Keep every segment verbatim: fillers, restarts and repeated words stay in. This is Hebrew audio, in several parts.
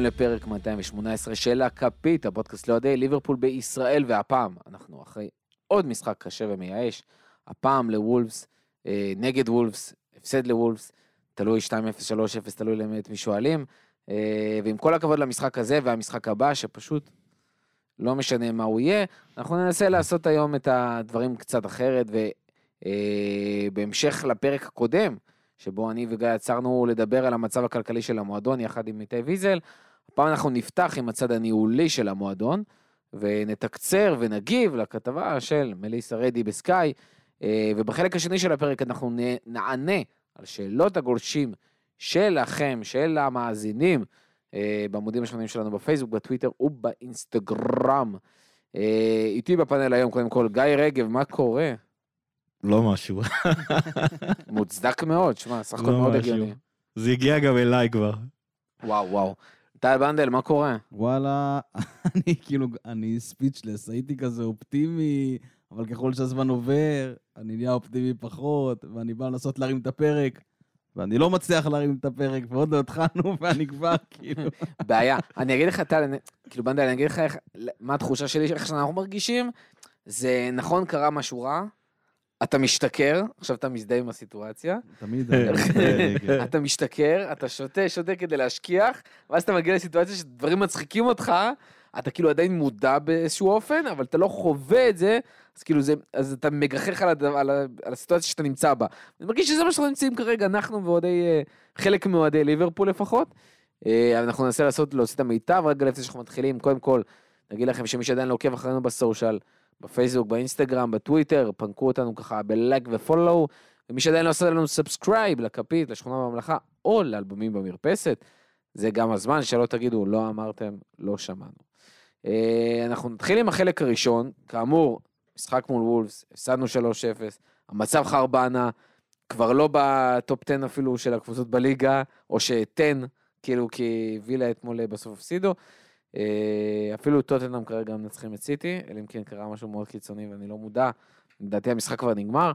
הבאים לפרק מאתיים ושמונה עשרה של הכפית, הפודקאסט לאוהדי ליברפול בישראל, והפעם אנחנו אחרי עוד משחק קשה ומייאש, הפעם לוולפס, אה, נגד וולפס, הפסד לוולפס, תלוי שתיים אפס שלוש אפס, תלוי למאת מי שואלים, אה, ועם כל הכבוד למשחק הזה והמשחק הבא, שפשוט לא משנה מה הוא יהיה, אנחנו ננסה לעשות היום את הדברים קצת אחרת, ובהמשך לפרק הקודם, שבו אני וגיא עצרנו לדבר על המצב הכלכלי של המועדון, יחד עם איתי ויזל, הפעם אנחנו נפתח עם הצד הניהולי של המועדון, ונתקצר ונגיב לכתבה של מליסה רדי בסקאי, ובחלק השני של הפרק אנחנו נענה על שאלות הגולשים שלכם, של המאזינים, בעמודים השונים שלנו בפייסבוק, בטוויטר ובאינסטגרם. איתי בפאנל היום, קודם כל, גיא רגב, מה קורה? לא משהו. מוצדק מאוד, שמע, סך הכל מאוד הגיוני. זה הגיע גם אליי כבר. וואו, וואו. טל בנדל, מה קורה? וואלה, אני כאילו, אני ספיצ'לס, הייתי כזה אופטימי, אבל ככל שהזמן עובר, אני נהיה אופטימי פחות, ואני בא לנסות להרים את הפרק, ואני לא מצליח להרים את הפרק, ועוד לא התחלנו, ואני כבר כאילו... בעיה. אני אגיד לך, טל, כאילו בנדל, אני אגיד לך מה התחושה שלי, איך שאנחנו מרגישים, זה נכון, קרה משהו רע, אתה משתכר, עכשיו אתה מזדהה עם הסיטואציה. תמיד. אתה משתכר, אתה שותה, שותה כדי להשכיח, ואז אתה מגיע לסיטואציה שדברים מצחיקים אותך, אתה כאילו עדיין מודע באיזשהו אופן, אבל אתה לא חווה את זה, אז כאילו זה, אז אתה מגחך על, הד... על, ה... על הסיטואציה שאתה נמצא בה. אני מרגיש שזה מה שאנחנו נמצאים כרגע, אנחנו ועודי, חלק מאוהדי ליברפול לפחות. אנחנו ננסה לעשות, להוציא את המיטב, רגע לפני שאנחנו מתחילים, קודם כל, נגיד לכם שמי שעדיין לא עוקב אחרינו בסושיאל, בפייסבוק, באינסטגרם, בטוויטר, פנקו אותנו ככה בלייק ופולו, ומי שעדיין לא עושה לנו סאבסקרייב לכפית, לשכונה בממלכה, או לאלבומים במרפסת, זה גם הזמן שלא תגידו, לא אמרתם, לא שמענו. אנחנו נתחיל עם החלק הראשון, כאמור, משחק מול וולפס, הפסדנו שלוש אפס, המצב חרבנה, כבר לא בטופ עשר אפילו של הקבוצות בליגה, או ש-עשר, כאילו כי וילה אתמול בסוף הפסידו, אפילו טוטנהאם כרגע מנצחים את סיטי, אלא אם כן קרה משהו מאוד קיצוני ואני לא מודע, לדעתי המשחק כבר נגמר,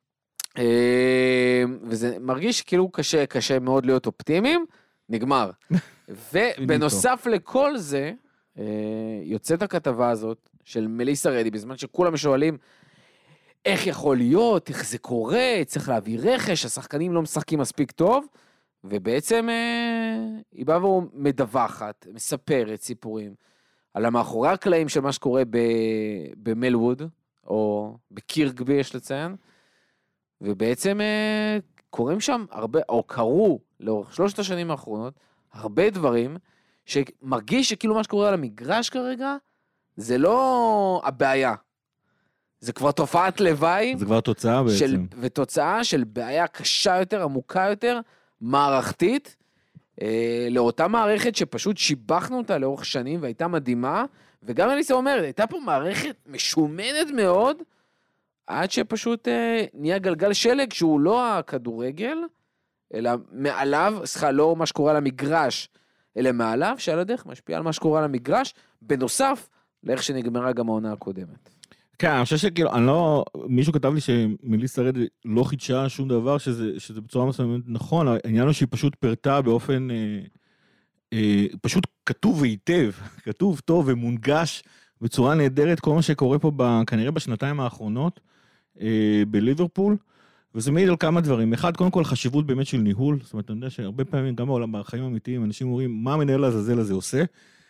וזה מרגיש כאילו קשה, קשה מאוד להיות אופטימיים, נגמר. ובנוסף לכל זה, יוצאת הכתבה הזאת של מליסה רדי, בזמן שכולם שואלים, איך יכול להיות, איך זה קורה, צריך להביא רכש, השחקנים לא משחקים מספיק טוב, ובעצם אה, היא באה ומדווחת, מספרת סיפורים, על המאחורי הקלעים של מה שקורה במלווד, או בקירגבי יש לציין, ובעצם אה, קוראים שם הרבה, או קרו לאורך שלושת השנים האחרונות, הרבה דברים, שמרגיש שכאילו מה שקורה על המגרש כרגע, זה לא הבעיה. זה כבר תופעת לוואי. זה כבר תוצאה בעצם. של, ותוצאה של בעיה קשה יותר, עמוקה יותר, מערכתית, אה, לאותה מערכת שפשוט שיבחנו אותה לאורך שנים, והייתה מדהימה, וגם אליסה אומרת, הייתה פה מערכת משומנת מאוד, עד שפשוט אה, נהיה גלגל שלג, שהוא לא הכדורגל, אלא מעליו, סליחה, לא מה שקורה על המגרש, אלא מעליו, שעל הדרך משפיע על מה שקורה על המגרש, בנוסף לאיך שנגמרה גם העונה הקודמת. כן, אני חושב שכאילו, אני לא, מישהו כתב לי שמליסה רדי לא חידשה שום דבר, שזה, שזה בצורה מסוימת נכון, העניין הוא שהיא פשוט פרטה באופן, אה, אה, פשוט כתוב היטב, כתוב טוב ומונגש בצורה נהדרת, כל מה שקורה פה ב, כנראה בשנתיים האחרונות, אה, בליברפול, וזה מעיד על כמה דברים. אחד, קודם כל, חשיבות באמת של ניהול, זאת אומרת, אני יודע שהרבה פעמים, גם בעולם, בחיים האמיתיים, אנשים אומרים, מה המנהל הזזל הזה עושה?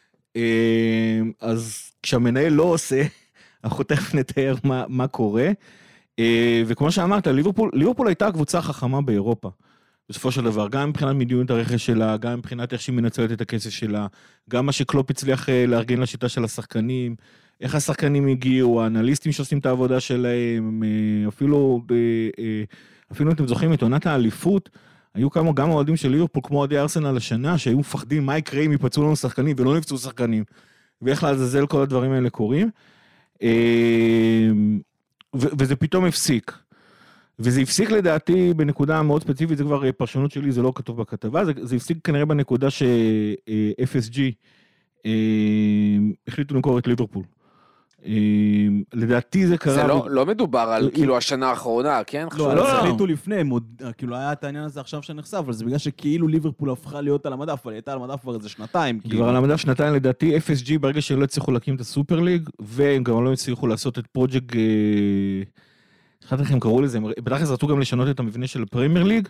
אה, אז כשהמנהל לא עושה, אנחנו תכף נתאר מה, מה קורה, וכמו שאמרת, ליברפול, ליברפול הייתה הקבוצה החכמה באירופה, בסופו של דבר, גם מבחינת מדיניות הרכש שלה, גם מבחינת איך שהיא מנצלת את הכסף שלה, גם מה שקלופ הצליח לארגן לשיטה של השחקנים, איך השחקנים הגיעו, האנליסטים שעושים את העבודה שלהם, אפילו, אפילו אתם זוכרים את עונת האליפות, היו כמה גם אוהדים של ליברפול, כמו אוהדי ארסנל השנה, שהיו מפחדים מה יקרה אם יפצעו לנו שחקנים, ולא נפצעו שחקנים, ואיך לעזאזל כל הדברים האלה קורים. וזה פתאום הפסיק, וזה הפסיק לדעתי בנקודה מאוד ספציפית, זה כבר פרשנות שלי, זה לא כתוב בכתבה, זה, זה הפסיק כנראה בנקודה ש-אף אס ג'י החליטו למכור את ליברפול. לדעתי זה קרה... זה לא מדובר על כאילו השנה האחרונה, כן? לא, לא, החליטו לפני, כאילו היה את העניין הזה עכשיו שנחשף, אבל זה בגלל שכאילו ליברפול הפכה להיות על המדף, אבל היא הייתה על המדף כבר איזה שנתיים. כבר על המדף שנתיים, לדעתי, אף אס ג'י ברגע שלא הצליחו להקים את הסופר ליג, והם גם לא הצליחו לעשות את פרויקט... אחד לכם קראו לזה, בדרך כלל רצו גם לשנות את המבנה של הפרמייר ליג,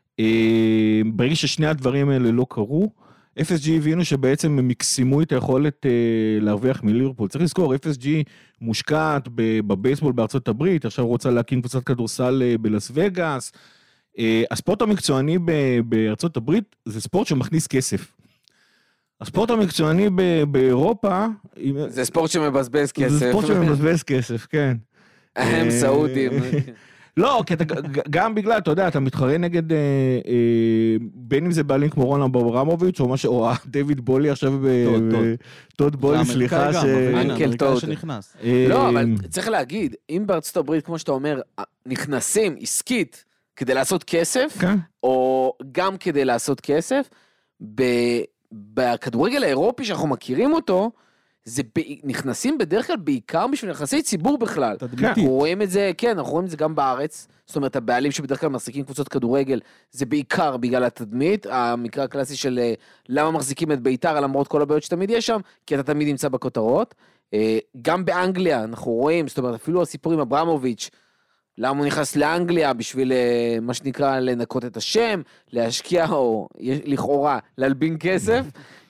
ברגע ששני הדברים האלה לא קרו, אף אס ג'י הבינו שבעצם הם מקסימו את היכולת אה, להרוויח מליברפול. צריך לזכור, אף אס ג'י מושקעת בבייסבול בארצות הברית, עכשיו רוצה להקים קבוצת כדורסל אה, בלס וגאס. אה, הספורט המקצועני ב- בארצות הברית זה ספורט שמכניס כסף. הספורט המקצועני ב- באירופה... זה ספורט שמבזבז כסף. זה ספורט שמבזבז כסף, כן. הם סעודים. לא, כי אתה, גם בגלל, אתה יודע, אתה מתחרה נגד, אה, אה, בין אם זה בעלים כמו רון אברמוביץ', או מה ש... או דיוויד בולי עכשיו, טוד בולי, סליחה, ש... אנקל טוד. שנכנס. לא, אבל צריך להגיד, אם בארצות הברית, כמו שאתה אומר, נכנסים עסקית כדי לעשות כסף, או גם כדי לעשות כסף, בכדורגל האירופי שאנחנו מכירים אותו, זה ב... נכנסים בדרך כלל בעיקר בשביל נכנסי ציבור בכלל. אנחנו רואים את זה, כן, אנחנו רואים את זה גם בארץ, זאת אומרת, הבעלים שבדרך כלל מחזיקים קבוצות כדורגל, זה בעיקר בגלל התדמית, המקרה הקלאסי של למה מחזיקים את ביתר, למרות כל הבעיות שתמיד יש שם, כי אתה תמיד נמצא בכותרות. גם באנגליה, אנחנו רואים, זאת אומרת, אפילו הסיפור עם אברמוביץ', למה הוא נכנס לאנגליה בשביל מה שנקרא לנקות את השם, להשקיע או לכאורה להלבין כסף,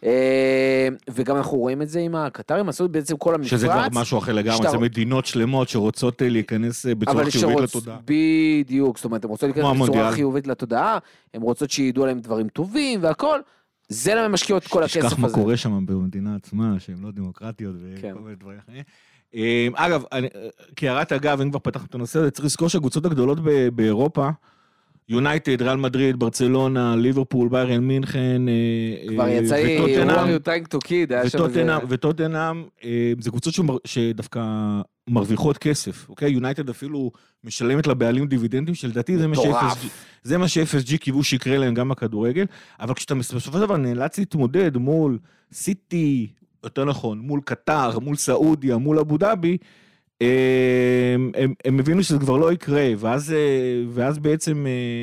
וגם אנחנו רואים את זה עם הקטרים, עשו בעצם כל המפרץ. שזה כבר משהו אחר לגמרי, זה מדינות שלמות שרוצות להיכנס בצורה חיובית לתודעה. בדיוק, זאת אומרת, הן רוצות להיכנס בצורה חיובית לתודעה, הן רוצות שידעו עליהם דברים טובים והכל, זה למה משקיעות כל הכסף הזה. שכח מה קורה שם במדינה עצמה, שהן לא דמוקרטיות וכל מיני דברים אחרים. אגב, כהערת אגב, אם כבר פתחנו את הנושא הזה, צריך לזכור שהקבוצות הגדולות באירופה, יונייטד, ריאל מדריד, ברצלונה, ליברפול, ביירן מינכן, כבר יצא אירוע טייק טו קיד, וטוטנהאם, זה קבוצות שדווקא מרוויחות כסף, אוקיי? יונייטד אפילו משלמת לבעלים דיבידנדים, שלדעתי זה מה ש-אף אס ג'י קיוו שיקרה להם גם בכדורגל, אבל כשאתה בסופו של דבר נאלץ להתמודד מול סיטי, יותר נכון, מול קטר, מול סעודיה, מול אבו דאבי, הם, הם, הם הבינו שזה כבר לא יקרה, ואז, ואז בעצם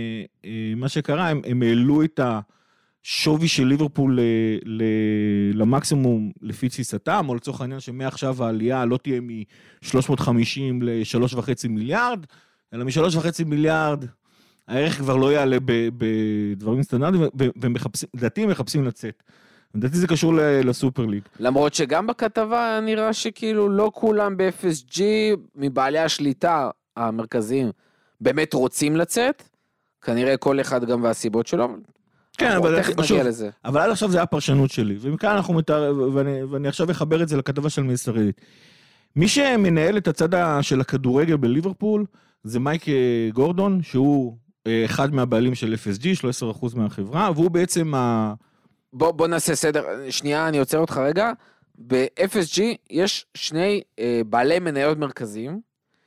מה שקרה, הם, הם העלו את השווי של ליברפול ל, ל, למקסימום לפי תפיסתם, או לצורך העניין שמעכשיו העלייה לא תהיה מ-שלוש מאות וחמישים ל-שלוש וחצי מיליארד, אלא מ-שלוש וחצי מיליארד, הערך כבר לא יעלה בדברים סטנדרטיים, ולדעתי הם מחפשים לצאת. לדעתי זה קשור לסופר ליג. למרות שגם בכתבה נראה שכאילו לא כולם ב-אף אס ג'י מבעלי השליטה המרכזיים באמת רוצים לצאת, כנראה כל אחד גם והסיבות שלו. כן, אבל אבל עד עכשיו זה היה פרשנות שלי, ומכאן אנחנו מתאר, ואני, ואני עכשיו אחבר את זה לכתבה של מיסרדית. מי שמנהל את הצד של הכדורגל בליברפול, זה מייק גורדון, שהוא אחד מהבעלים של אף אס ג'י, שלושה עשר אחוז מהחברה, והוא בעצם ה... בוא, בוא נעשה סדר, שנייה, אני עוצר אותך רגע, ב-אף אס ג'י יש שני אה, בעלי מניות מרכזיים,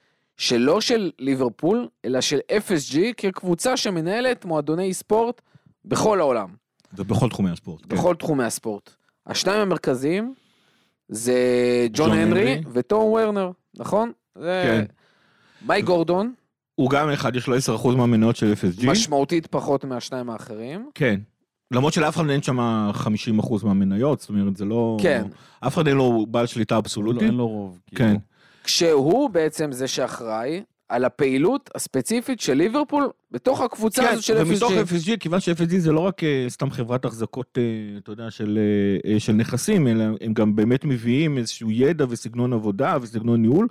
שלא של ליברפול, אלא של אף אס ג'י, כקבוצה שמנהלת מועדוני ספורט בכל העולם. ובכל תחומי הספורט. בכל כן. תחומי הספורט. השניים המרכזיים, זה ג'ון, ג'ון הנרי, הנרי וטום וורנר, נכון? זה... כן. מייק גורדון. הוא גם אחד, יש לו עשרה אחוז מהמניות של אף אס ג'י. משמעותית פחות מהשניים האחרים. כן. למרות שלאף אחד אין שם חמישים אחוז מהמניות, זאת אומרת, זה לא... כן. אף אחד אין לו בעל שליטה אבסולוטית. אין לו רוב. כן. כשהוא בעצם זה שאחראי על הפעילות הספציפית של ליברפול, בתוך הקבוצה כן, הזו של אף אס ג'י. ומתוך אף אס ג'י, כיוון ש-אף אס ג'י זה לא רק סתם חברת החזקות, אתה יודע, של, של נכסים, אלא הם גם באמת מביאים איזשהו ידע וסגנון עבודה וסגנון ניהול.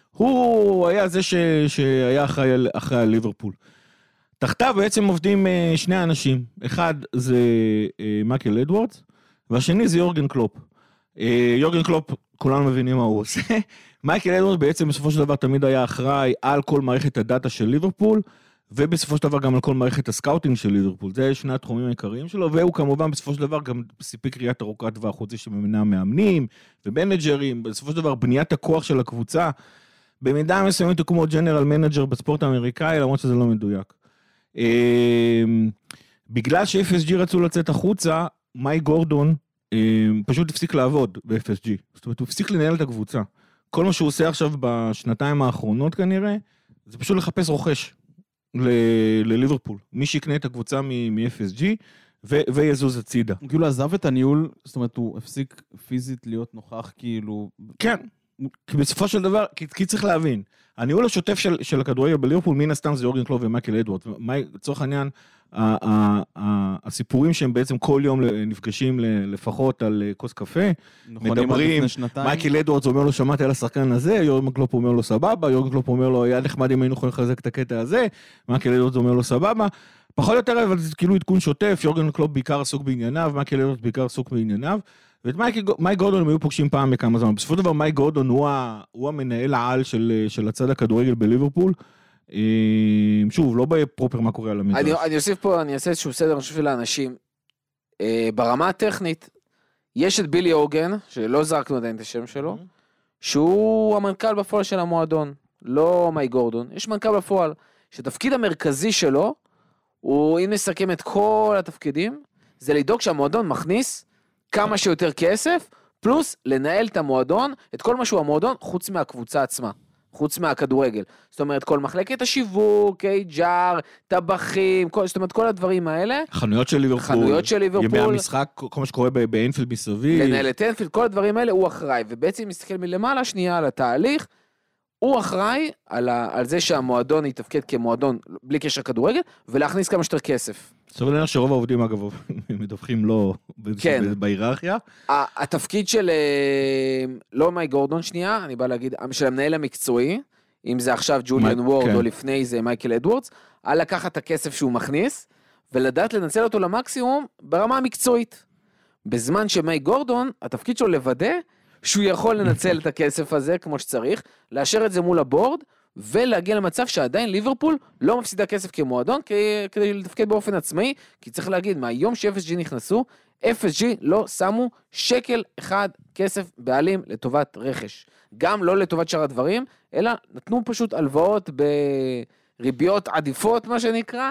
הוא היה זה ש, שהיה אחראי, אחראי על ליברפול. תחתיו בעצם עובדים שני אנשים, אחד זה מייקל אדוורדס, והשני זה יורגן קלופ. יורגן קלופ, כולנו מבינים מה הוא עושה. מייקל אדוורדס בעצם בסופו של דבר תמיד היה אחראי על כל מערכת הדאטה של ליברפול, ובסופו של דבר גם על כל מערכת הסקאוטינג של ליברפול. זה שני התחומים העיקריים שלו, והוא כמובן בסופו של דבר גם סיפק ראיית ארוכת טווח חוץ שממנה מאמנים ומנג'רים, בסופו של דבר בניית הכוח של הקבוצה, במידה מסוימת הוא כמו ג'נרל מנג'ר בספורט האמריקאי, למרות שזה לא מדויק. בגלל ש-אף אס ג'י רצו לצאת החוצה, מייק גורדון פשוט הפסיק לעבוד ב-אף אס ג'י. זאת אומרת, הוא הפסיק לנהל את הקבוצה. כל מה שהוא עושה עכשיו בשנתיים האחרונות כנראה, זה פשוט לחפש רוכש לליברפול. מי שיקנה את הקבוצה מ-אף אס ג'י, ויזוז הצידה. הוא כאילו עזב את הניהול, זאת אומרת, הוא הפסיק פיזית להיות נוכח כאילו... כן, כי בסופו של דבר, כי צריך להבין, הניהול השוטף של, של הכדורגל בליברפול, מן הסתם זה יורגן קלופ ומייקל אדוארד. לצורך העניין, הסיפורים שהם בעצם כל יום נפגשים לפחות על כוס קפה, מדברים, מייקל אדוארד אומר לו, שמעתי על השחקן הזה, יורגן קלופ אומר לו סבבה, יורגן קלופ אומר לו, היה נחמד אם היינו יכולים לחזק את הקטע הזה, מייקל אדוארד אומר לו סבבה, פחות או יותר, אבל זה כאילו עדכון שוטף, יורגן קלופ בעיקר עסוק בענייניו, מייקל אדוארד בעיקר עסוק בענייניו, ואת מייק גורדון הם היו פוגשים פעם בכמה זמן. בסופו של דבר מייק גורדון הוא, הוא המנהל העל של, של הצד הכדורגל בליברפול. שוב, לא בפרופר מה קורה על המגרש. אני, אני אוסיף פה, אני אעשה איזשהו סדר, אני חושב לאנשים. ברמה הטכנית, יש את בילי אוגן, שלא זרקנו עדיין את השם שלו, שהוא המנכ"ל בפועל של המועדון, לא מייק גורדון. יש מנכ"ל בפועל, שתפקיד המרכזי שלו, הוא, אם נסכם את כל התפקידים, זה לדאוג שהמועדון מכניס כמה שיותר כסף, פלוס לנהל את המועדון, את כל מה שהוא המועדון, חוץ מהקבוצה עצמה, חוץ מהכדורגל. זאת אומרת, כל מחלקת השיווק, אייץ' אר, טבחים, כל, זאת אומרת, כל הדברים האלה. חנויות של ליברפול. חנויות של ליברפול. ימי המשחק, כל מה שקורה באנפילד מסביב. לנהל את אנפילד, כל הדברים האלה הוא אחראי, ובעצם מסתכל מלמעלה שנייה על התהליך, הוא אחראי על, ה, על זה שהמועדון יתפקד כמועדון בלי קשר כדורגל, ולהכניס כמה שיותר כסף. סוף לדעת שרוב העובדים אגב מדווחים לא כן. בהיררכיה. התפקיד של לא מייק גורדון שנייה, אני בא להגיד, של המנהל המקצועי, אם זה עכשיו ג'וליאן וורד או לפני זה מייקל אדוורדס, על לקחת את הכסף שהוא מכניס, ולדעת לנצל אותו למקסימום ברמה המקצועית. בזמן שמייק גורדון, התפקיד שלו לוודא שהוא יכול לנצל את הכסף הזה כמו שצריך, לאשר את זה מול הבורד, ולהגיע למצב שעדיין ליברפול לא מפסידה כסף כמועדון, כדי לתפקד באופן עצמאי, כי צריך להגיד, מהיום ש-אף אס ג'י נכנסו, אף אס ג'י לא שמו שקל אחד כסף בעלים לטובת רכש. גם לא לטובת שאר הדברים, אלא נתנו פשוט הלוואות בריביות עדיפות, מה שנקרא,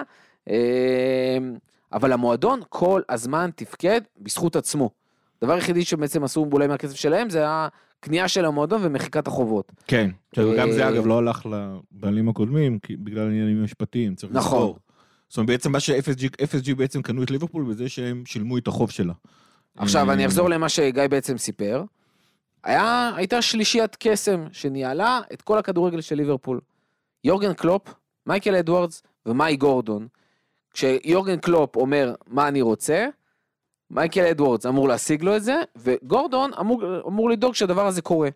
אבל המועדון כל הזמן תפקד בזכות עצמו. דבר היחידי שבעצם עשו אולי מהכסף שלהם, זה הקנייה של המועדון ומחיקת החובות. כן, גם זה אגב לא הלך לבעלים הקודמים, בגלל עניינים משפטיים. נכון. זאת אומרת, בעצם מה ש-אף אס ג'י בעצם קנו את ליברפול, בזה שהם שילמו את החוב שלה. עכשיו, אני אחזור למה שגיא בעצם סיפר. הייתה שלישיית קסם שניהלה את כל הכדורגל של ליברפול. יורגן קלופ, מייקל אדוורדס ומייק גורדון. כשיורגן קלופ אומר מה אני רוצה, מייקל אדוורדס אמור להשיג לו את זה, וגורדון אמור, אמור לדאוג שהדבר הזה קורה.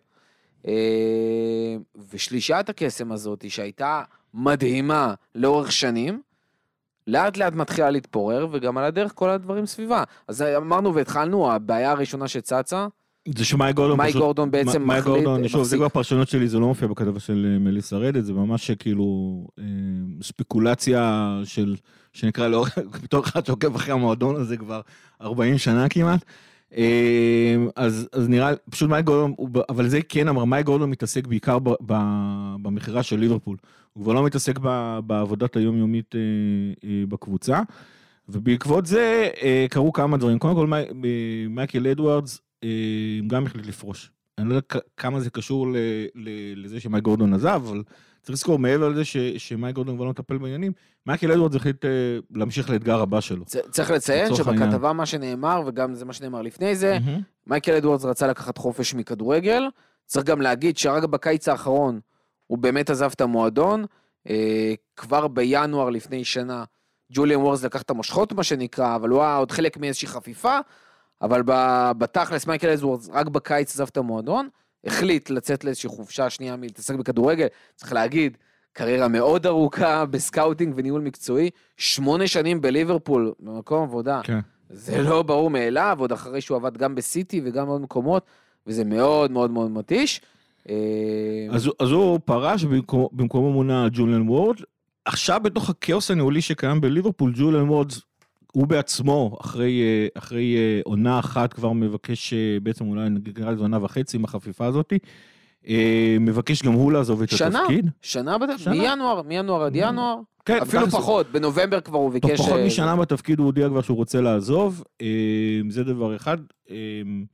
ושלישיית הקסם הזאת, שהייתה מדהימה לאורך שנים, לאט לאט מתחילה להתפורר, וגם על הדרך כל הדברים סביבה. אז אמרנו והתחלנו, הבעיה הראשונה שצצה, זה שמייק גורדון מייק גורדון בעצם מחליט, גורדון, שוב, זה כבר פרשנות שלי, זה לא מופיע בכתבה של מליסה רדט, זה ממש כאילו ספקולציה של, שנקרא לאור, בתור אחד שעוקב אחרי המועדון הזה כבר ארבעים שנה כמעט, אז, אז נראה, פשוט מייק גורדון, אבל זה כן אמר, מייק גורדון מתעסק בעיקר במחירה של ליברפול, הוא כבר לא מתעסק בעבודת היומיומית בקבוצה, ובעקבות זה קרו כמה דברים, קודם כל מייקל אדוורדס, גם החליט לפרוש. אני לא יודע כמה זה קשור לזה שמייק גורדון עזב, אבל צריך לזכור מעבר לזה שמייק גורדון כבר לא מטפל בעניינים, מייקל אדוורדס החליט להמשיך לאתגר הבא שלו. צריך לציין שבכתבה מה שנאמר, וגם זה מה שנאמר לפני זה, מייקל אדוורדס רצה לקחת חופש מכדורגל, צריך גם להגיד שרק בקיץ האחרון הוא באמת עזב את המועדון, כבר בינואר לפני שנה, ג'וליאן וורס לקח את המושכות מה שנקרא, אבל הוא היה עוד חלק מאיזושהי חפיפה, אבל בתכלס מייקל אדוורדס רק בקיץ עזב את המועדון, החליט לצאת לאיזושהי חופשה שנייה מלהתעסק בכדורגל, צריך להגיד, קריירה מאוד ארוכה בסקאוטינג וניהול מקצועי, שמונה שנים בליברפול, במקום עבודה, כן. זה לא ברור מאליו, עוד אחרי שהוא עבד גם בסיטי וגם בעוד מקומות, וזה מאוד מאוד מאוד מתיש. אז, אז הוא פרש במקום, במקום מונה ג'וליאן וורד, עכשיו בתוך הכאוס הניהולי שקיים בליברפול, ג'וליאן וורד, הוא בעצמו, אחרי, אחרי עונה אחת כבר מבקש, בעצם אולי נקרא לזה עונה וחצי עם החפיפה הזאת, מבקש גם הוא לעזוב את שנה, התפקיד. שנה, שנה, מינואר, מינואר עד ינואר, כן, אפילו פחות, ס... בנובמבר כבר הוא ביקש... פחות משנה בתפקיד הוא הודיע כבר שהוא רוצה לעזוב, זה דבר אחד,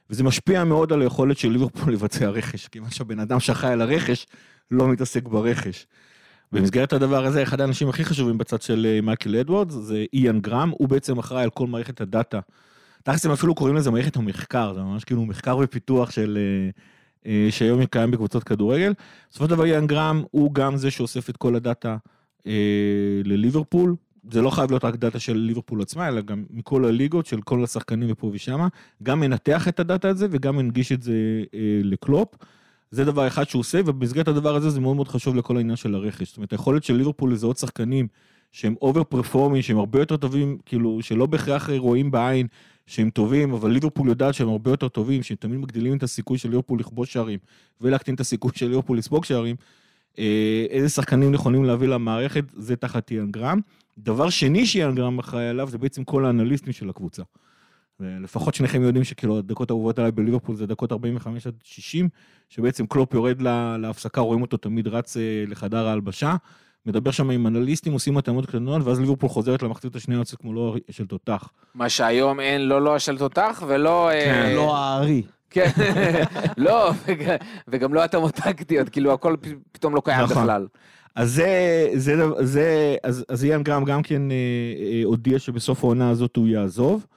וזה משפיע מאוד על היכולת של ליברפול לבצע רכש, כיוון שהבן אדם שאחראי על הרכש לא מתעסק ברכש. במסגרת הדבר הזה, אחד האנשים הכי חשובים בצד של מייקל אדוארדס, זה איאן גרם, הוא בעצם אחראי על כל מערכת הדאטה. תכף הם אפילו קוראים לזה מערכת המחקר, זה ממש כאילו מחקר ופיתוח של, שהיום קיים בקבוצות כדורגל. בסופו של דבר איאן גרם הוא גם זה שאוסף את כל הדאטה לליברפול, זה לא חייב להיות רק דאטה של ליברפול עצמה, אלא גם מכל הליגות של כל השחקנים ופה ושמה, גם מנתח את הדאטה הזה וגם מנגיש את זה לקלופ. זה דבר אחד שהוא עושה, ובמסגרת הדבר הזה זה מאוד מאוד חשוב לכל העניין של הרכש. זאת אומרת, היכולת של ליברפול לזהות שחקנים שהם אובר פרפורמינג, שהם הרבה יותר טובים, כאילו, שלא בהכרח רואים בעין שהם טובים, אבל ליברפול יודעת שהם הרבה יותר טובים, שהם תמיד מגדילים את הסיכוי של ליברפול לכבוש שערים, ולהקטין את הסיכוי של ליברפול לספוג שערים, איזה שחקנים נכונים להביא למערכת, זה תחת איאן גרם. דבר שני שאיאן גרם אחראי עליו, זה בעצם כל האנליסטים של הקבוצה. ולפחות שניכם יודעים שכאילו הדקות האהובות עליי בליברפול זה דקות ארבעים וחמש עד שישים, שבעצם קלופ יורד לה, להפסקה, רואים אותו תמיד רץ לחדר ההלבשה, מדבר שם עם אנליסטים, עושים התאמות קטנות, ואז ליברפול חוזרת למחצית השנייה, יוצא כמו לא של תותח. מה שהיום אין לא לא של תותח, ולא... כן, אה... לא הארי. כן, לא, וג... וגם לא התאמות טקטיות, כאילו הכל פתאום לא קיים נכון. בכלל. אז זה, זה, זה, אז, אז איאן גרם גם כן אה, אה, הודיע שבסוף העונה הזאת הוא יעזוב,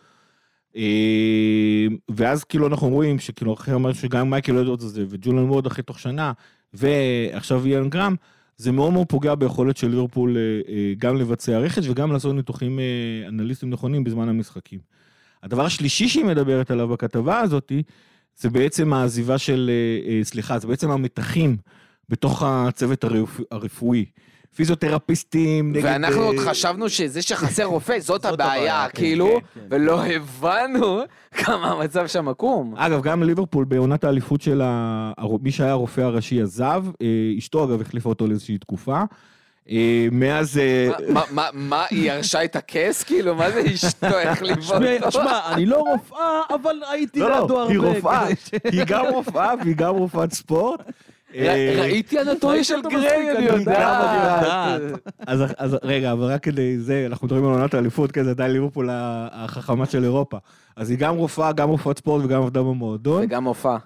ואז כאילו אנחנו רואים שכאילו אחרי אומר שגם מייקל אדוארדס הזה וג'ולן וורד אחרי תוך שנה ועכשיו איאן גרם, זה מאוד מאוד פוגע ביכולת של ליברפול גם לבצע רכש וגם לעשות ניתוחים אנליסטים נכונים בזמן המשחקים. הדבר השלישי שהיא מדברת עליו בכתבה הזאת זה בעצם העזיבה של, סליחה, זה בעצם המתחים בתוך הצוות הרפואי. פיזיותרפיסטים נגד... ואנחנו עוד חשבנו שזה שחסר רופא, זאת הבעיה, כאילו, ולא הבנו כמה המצב שם מקום. אגב, גם ליברפול בעונת האליפות של מי שהיה הרופא הראשי עזב, אשתו אגב החליפה אותו לאיזושהי תקופה, מאז... מה, היא הרשה את הכס? כאילו, מה זה אשתו החליפה אותו? שמע, אני לא רופאה, אבל הייתי לידו הרבה. לא, היא רופאה, היא גם רופאה והיא גם רופאת ספורט, ראיתי אנטומיה של גריי, אני יודעת. אז רגע, אבל רק כדי זה, אנחנו מדברים על עונת האליפות, כי זה עדיין ליברפול החכמה של אירופה. אז היא גם רופאה, גם רופאת ספורט וגם עבדה במועדון. וגם הופעה.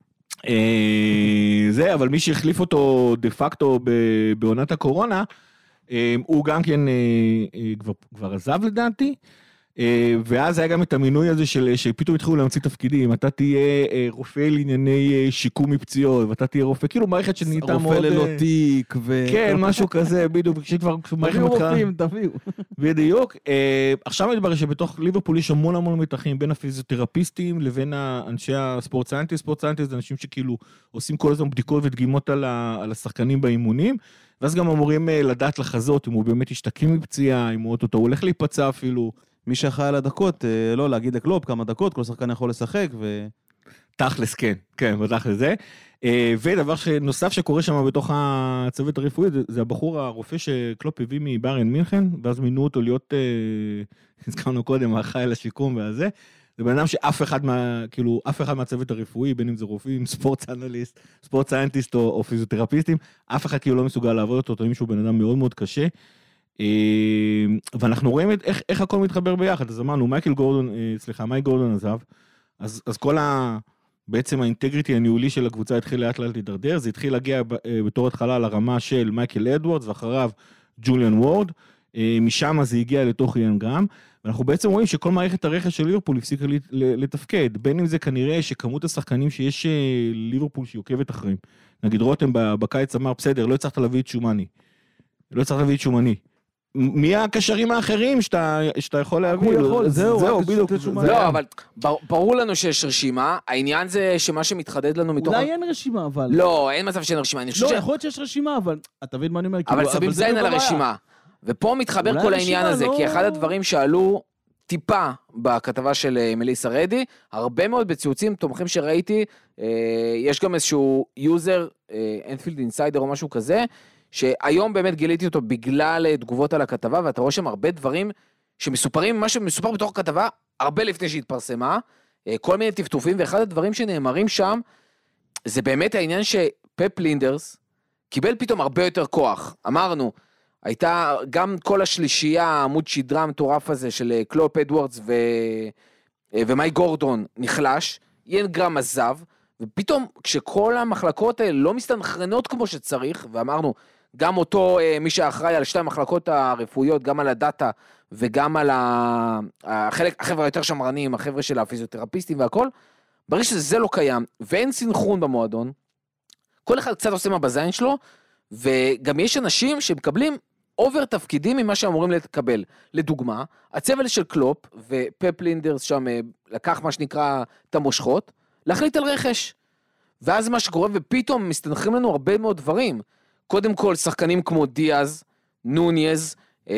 זה, אבל מי שהחליף אותו דה פקטו בעונת הקורונה, הוא גם כן כבר עזב לדעתי, ואז היה גם את המינוי הזה של, שפתאום התחילו להמציא תפקידים, אתה תהיה רופא לענייני שיקום מפציעות, ואתה תהיה רופא, כאילו מערכת שנהייתה מאוד... רופא ללא תיק, ו... כן, משהו כזה, בדיוק, כשכבר... תביאו רופאים, תביאו. בדיוק. עכשיו מדבר שבתוך ליברפול יש המון המון מתחים, בין הפיזיותרפיסטים לבין אנשי הספורט סיינטיסט, ספורט סיינטיסט זה אנשים שכאילו עושים כל הזמן בדיקות ודגימות על השחקנים באימונים, ואז גם אמורים לדעת לחזות, אם הוא באמת ישתקם מפציעה, אם הוא הולך להיפצע אפילו. מי שאחראי על הדקות, לא להגיד לקלופ כמה דקות, כל שחקן יכול לשחק, ו... תכלס, כן, כן, בתכלס זה. ודבר נוסף שקורה שם בתוך הצוות הרפואי, זה הבחור הרופא שקלופ הביא מביירן מינכן, ואז מינו אותו להיות, הזכרנו קודם, האחראי על השיקום והזה, זה בן אדם שאף אחד מה, כאילו, אף אחד מהצוות הרפואי, בין אם זה רופאים, ספורט אנליסט, ספורט סיינטיסט או, או פיזיותרפיסטים, אף אחד כאילו לא מסוגל לעבוד אותו, תמיד שהוא בן אדם מאוד מאוד קשה, ואנחנו רואים את, איך, איך הכל מתחבר ביחד. אז אמרנו, מייקל גורדון, סליחה, מייק גורדון עזב, אז, אז כל ה... בעצם האינטגריטי הניהולי של הקבוצה התחיל לאט לאט להידרדר, זה התחיל להגיע בתור התחלה לרמה של מייקל אדוארדס, ואחריו ג'וליאן וורד, משם זה הגיע לתוך איאן גרם, ואנחנו בעצם רואים שכל מערכת הרכש של ליברפול הפסיקה לתפקד, בין אם זה כנראה שכמות השחקנים שיש ליברפול שהיא עוקבת אחרים. נגיד רותם בקיץ אמר, בסדר, לא הצלחת להביא את שומני. לא הצלחת להביא את שומני. מי הקשרים האחרים שאתה, שאתה יכול להביא? זהו, זהו, בדיוק. לא, אבל ברור לנו שיש רשימה, העניין זה שמה שמתחדד לנו מתוך... אולי אין רשימה, אבל... לא, אין מצב שאין רשימה, אני חושב לא, ש... יכול להיות שיש רשימה, אבל... אתה מבין מה אני אומר? אבל שמים זין על הרשימה. ופה מתחבר כל העניין הזה, כי אחד הדברים שעלו טיפה בכתבה של מליסה רדי, הרבה מאוד בציוצים תומכים שראיתי, יש גם איזשהו יוזר, אנפילד אינסיידר או משהו כזה, שהיום באמת גיליתי אותו בגלל תגובות על הכתבה, ואתה רואה שם הרבה דברים שמסופרים, מה שמסופר בתוך הכתבה, הרבה לפני שהתפרסמה, כל מיני טפטופים, ואחד הדברים שנאמרים שם, זה באמת העניין שפפ לינדרס קיבל פתאום הרבה יותר כוח. אמרנו, הייתה גם כל השלישייה, העמוד שדרה המטורף הזה של קלופ אדוארדס ו... ומייק גורדון נחלש, איין גרם עזב, ופתאום כשכל המחלקות האלה לא מסתנכרנות כמו שצריך, ואמרנו, גם אותו, מי שאחראי על שתי המחלקות הרפואיות, גם על הדאטה, וגם על החלק, החבר'ה היותר שמרנים, החבר'ה של הפיזיותרפיסטים והכל, ברגע שזה לא קיים, ואין סינכרון במועדון, כל אחד קצת עושה מה בזין שלו, וגם יש אנשים שמקבלים אובר תפקידים ממה שאמורים לקבל. לדוגמה, הצוות של קלופ, ופפ לינדרס שם לקח מה שנקרא את המושכות, להחליט על רכש. ואז מה שקורה, ופתאום מסתנחים לנו הרבה מאוד דברים. קודם כל, שחקנים כמו דיאז, נוניז,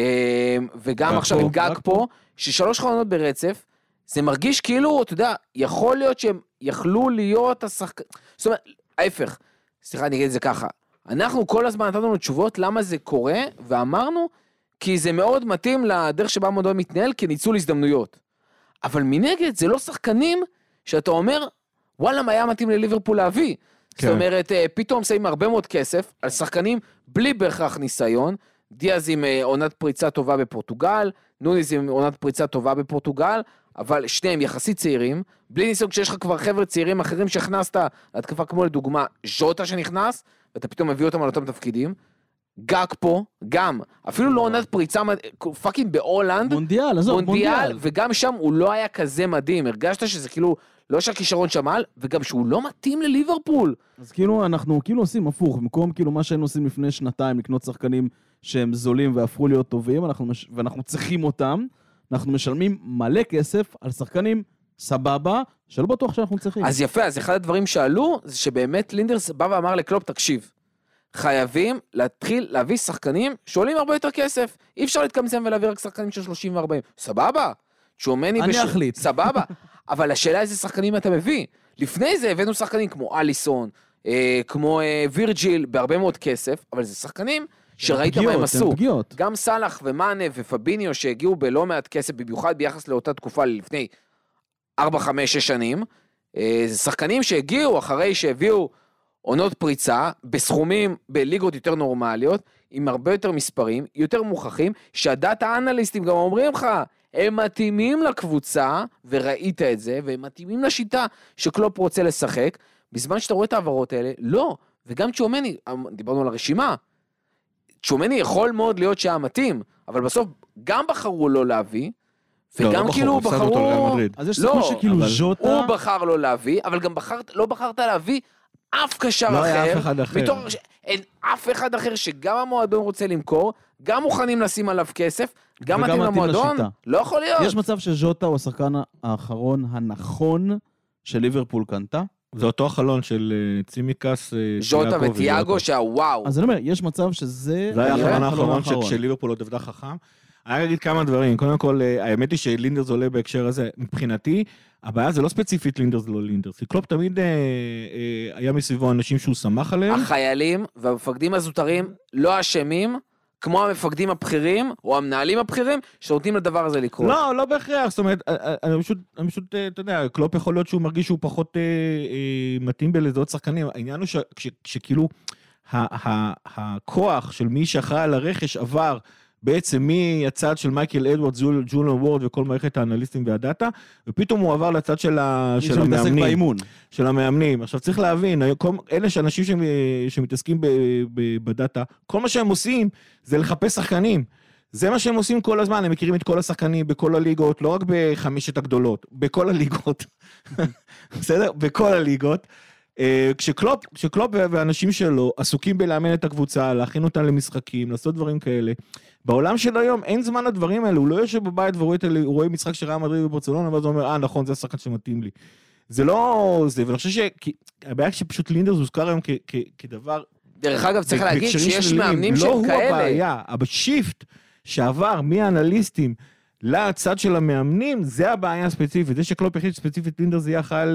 וגם עכשיו עם גג פה, ששלוש חלונות ברצף, זה מרגיש כאילו, אתה יודע, יכול להיות שהם יכלו להיות השחקנים, זאת אומרת, ההפך, סליחה, אני אגיד את זה ככה, אנחנו כל הזמן נתנו לנו תשובות למה זה קורה, ואמרנו, כי זה מאוד מתאים לדרך שבה המועדון מתנהל, כניצול הזדמנויות. אבל מנגד, זה לא שחקנים שאתה אומר, וואלה, מה היה מתאים לליברפול להביא? כן. זאת אומרת, פתאום שמים הרבה מאוד כסף, על שחקנים בלי בהכרח ניסיון, דיאז עם עונת פריצה טובה בפורטוגל, נוניז עם עונת פריצה טובה בפורטוגל, אבל שניהם יחסית צעירים, בלי ניסיון כשיש לך כבר חבר'ה צעירים אחרים שהכנסת, להתקפה כמו לדוגמה ז'וטה שנכנס, ואתה פתאום מביא אותם על אותם תפקידים, גג פה, גם, אפילו לא עונת פריצה, פאקינג בהולנד, מונדיאל, עזוב, מונדיאל, וגם שם הוא לא היה כזה מדהים, הרגשת שזה כאילו, לא שהכישרון שמל, וגם שהוא לא מתאים לליברפול. אז כאילו אנחנו כאילו עושים הפוך, במקום כאילו מה שהיינו עושים לפני שנתיים, לקנות שחקנים שהם זולים והפכו להיות טובים, אנחנו, ואנחנו צריכים אותם, אנחנו משלמים מלא כסף על שחקנים סבבה, שלא בטוח שאנחנו צריכים. אז יפה, אז אחד הדברים שעלו, זה שבאמת לינדרס בא ואמר לקלופ, תקשיב, חייבים להתחיל להביא שחקנים שעולים הרבה יותר כסף, אי אפשר להתקמצם ולהביא רק שחקנים של שלושים וארבעים, סבבה, שומני אני בש... אחליט. סבבה, אבל השאלה איזה שחקנים אתה מביא, לפני זה הבאנו שחקנים כמו אליסון, אה, כמו אה, וירג'יל, בהרבה מאוד כסף, אבל זה שחקנים שראית מה הם עשו, גם סלח ומאנה ופביניו שהגיעו בלא מעט כסף, במיוחד ביחס לאותה תקופה לפני ארבע, חמש, שש שנים, זה שחקנים שהגיעו אחרי שהביאו עונות פריצה, בסכומים, בליגות יותר נורמליות, עם הרבה יותר מספרים, יותר מוכחים, שהדאטה אנליסטים גם אומרים לך, הם מתאימים לקבוצה, וראית את זה, והם מתאימים לשיטה שקלופ רוצה לשחק, בזמן שאתה רואה את העברות האלה, לא, וגם צ'ומני, דיברנו על הרשימה, צ'ומני יכול מאוד להיות שהיה מתאים, אבל בסוף גם בחרו לא להביא, וגם כאילו בחרו... אז יש סיכוי שכאילו ז'וטה... הוא בחר לא להביא, אבל גם לא בחרת להביא אף קשר אחר. לא היה אף אחד אחר. אין אף אחד אחר שגם המועדון רוצה למכור, גם מוכנים לשים עליו כסף, גם מתאים למועדון, לא יכול להיות. יש מצב שז'וטה הוא השחקן האחרון הנכון של ליברפול קנתה? זה אותו החלון של צימיקס, ז'וטה וטיאגו, שהוואו. אז אני אומר, יש מצב שזה... זה היה החלון האחרון של ליברפול עוד עבדה חכם. אני אגיד כמה דברים, קודם כל, האמת היא שלינדרס עולה בהקשר הזה, מבחינתי, הבעיה זה לא ספציפית לינדרס, זה לא לינדרס, כי קלופ תמיד אה, אה, היה מסביבו אנשים שהוא שמח עליהם. החיילים והמפקדים הזוטרים לא אשמים, כמו המפקדים הבכירים, או המנהלים הבכירים, שנותנים לדבר הזה לקרות. לא, לא בהכרח, זאת אומרת, אני פשוט, אני פשוט, אתה יודע, קלופ יכול להיות שהוא מרגיש שהוא פחות אה, אה, מתאים בלזהות שחקנים, העניין הוא ש, ש, שכאילו, ה, ה, הכוח של מי שאחראי על הרכש עבר, בעצם מהצד של מייקל אדוארד, ג'ולן וורד וכל מערכת האנליסטים והדאטה, ופתאום הוא עבר לצד של המאמנים. של המאמנים. עכשיו צריך להבין, אלה שאנשים שמתעסקים בדאטה, כל מה שהם עושים זה לחפש שחקנים. זה מה שהם עושים כל הזמן, הם מכירים את כל השחקנים בכל הליגות, לא רק בחמשת הגדולות, בכל הליגות. בסדר? בכל הליגות. כשקלופ, כשקלופ והאנשים שלו עסוקים בלאמן את הקבוצה, להכין אותם למשחקים, לעשות דברים כאלה. בעולם של היום אין זמן לדברים האלה, הוא לא יושב בבית ורואה את, הוא רואה משחק של ריאל מדריד וברצלונה, ואז הוא אומר, אה נכון, זה השחקן שמתאים לי. זה לא זה, ואני חושב שהבעיה שפשוט לינדרס הוזכר היום כ, כ, כדבר... דרך אגב, צריך להגיד שיש מאמנים שהם כאלה. לא הוא הבעיה, אבל שיפט שעבר מהאנליסטים לצד של המאמנים, זה הבעיה הספציפית. זה שקלופ יחיד ספציפית לינדרס יהיה חייל,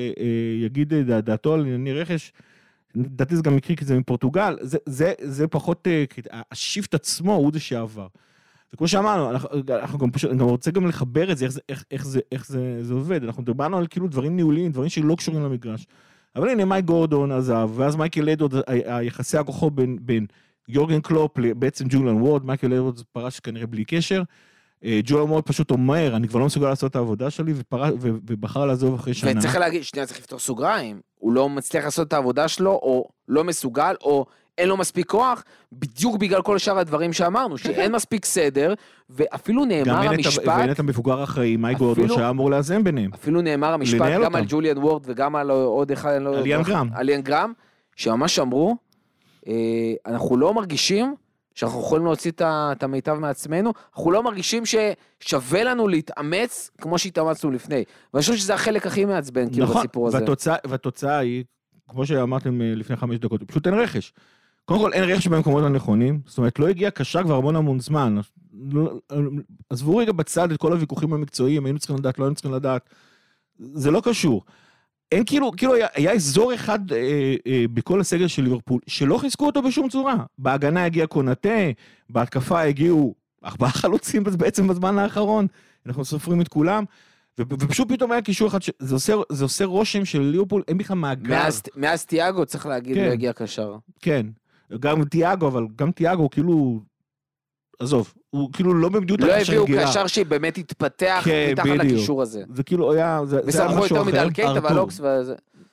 יגיד דעתו על ענייני רכש, דעתי זה גם מקרי, כי זה מפורטוגל, זה, זה, זה פחות, השיפט עצמו הוא זה שעבר. וכמו שאמרנו, אנחנו, אנחנו גם פשוט, אני גם רוצה גם לחבר את זה, איך זה, איך, איך זה, איך זה, זה עובד. אנחנו דיברנו על כאילו דברים ניהוליים, דברים שלא קשורים למגרש. אבל הנה, מייק גורדון עזב, ואז מייקל אדוארד, היחסי הכוחו בין, בין יורגן קלופ, בעצם ג'ולן וורד, מייקל אדוארד פרש כנראה בלי קשר, ג'ו אמור פשוט אומר, אני כבר לא מסוגל לעשות את העבודה שלי, ובחר לעזוב אחרי שנה. וצריך להגיד, שנייה, צריך לפתור סוגריים, הוא לא מצליח לעשות את העבודה שלו, או לא מסוגל, או אין לו מספיק כוח, בדיוק בגלל כל שאר הדברים שאמרנו, שאין מספיק סדר, ואפילו נאמר המשפט... גם אין את המבוגר האחראי, מי גורדו, שהיה אמור לאזן ביניהם. אפילו נאמר המשפט גם על ג'וליאן וורד, וגם על עוד אחד... על איאן גרם. על איאן גרם, שממש אמרו, אנחנו לא מרגישים שאנחנו יכולים להוציא את המיטב מעצמנו, אנחנו לא מרגישים ששווה לנו להתאמץ כמו שהתאמצנו לפני. ואני חושב שזה החלק הכי מעצבן, כאילו, בסיפור הזה. והתוצאה היא, כמו שאמרתם לפני חמש דקות, פשוט אין רכש. קודם כל, אין רכש במקומות הנכונים, זאת אומרת, לא הגיע קשה כבר המון המון זמן. עזבו רגע בצד את כל הוויכוחים המקצועיים, היינו צריכים לדעת, לא היינו צריכים לדעת. זה לא קשור. אין כאילו, כאילו היה, היה אזור אחד אה, אה, בכל הסגל של ליברפול, שלא חיזקו אותו בשום צורה. בהגנה הגיע קונאטה, בהתקפה הגיעו ארבעה חלוצים בעצם בזמן האחרון, אנחנו סופרים את כולם, ו- ופשוט פתאום היה קישור אחד, זה עושה, זה עושה רושם של ליברפול, אין בכלל מאגר. מאז, מאז תיאגו צריך להגיד, כן. לא הגיע קשר. כן, גם תיאגו, אבל גם תיאגו כאילו, עזוב, הוא כאילו לא במדינות לא הקשר רגילה. לא הביאו קשר שבאמת התפתח כן, מתחת בדיוק. לקישור הזה. זה כאילו היה, זה, זה היה וסלחו משהו יותר אחר. מדי על קייטה ועל אוקס וזה.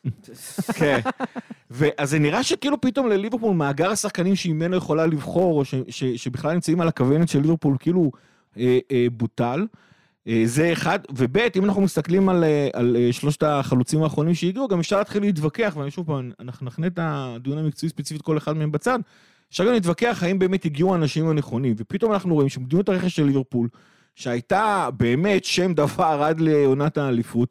כן. ואז זה נראה שכאילו פתאום לליברפול מאגר השחקנים שממנו יכולה לבחור, או ש, ש, שבכלל נמצאים על הכוונת של ליברפול, כאילו אה, אה, בוטל. אה, זה אחד. ובית, אם אנחנו מסתכלים על, על שלושת החלוצים האחרונים שהגיעו, גם אפשר להתחיל להתווכח, ואני שוב פעם, אנחנו נכנה את הדיון המקצועי ספציפית כל אחד מהם בצד, אפשר גם להתווכח האם באמת הגיעו האנשים הנכונים, ופתאום אנחנו רואים שמדיניות הרכש של ליברפול, שהייתה באמת שם דבר עד לעונת האליפות,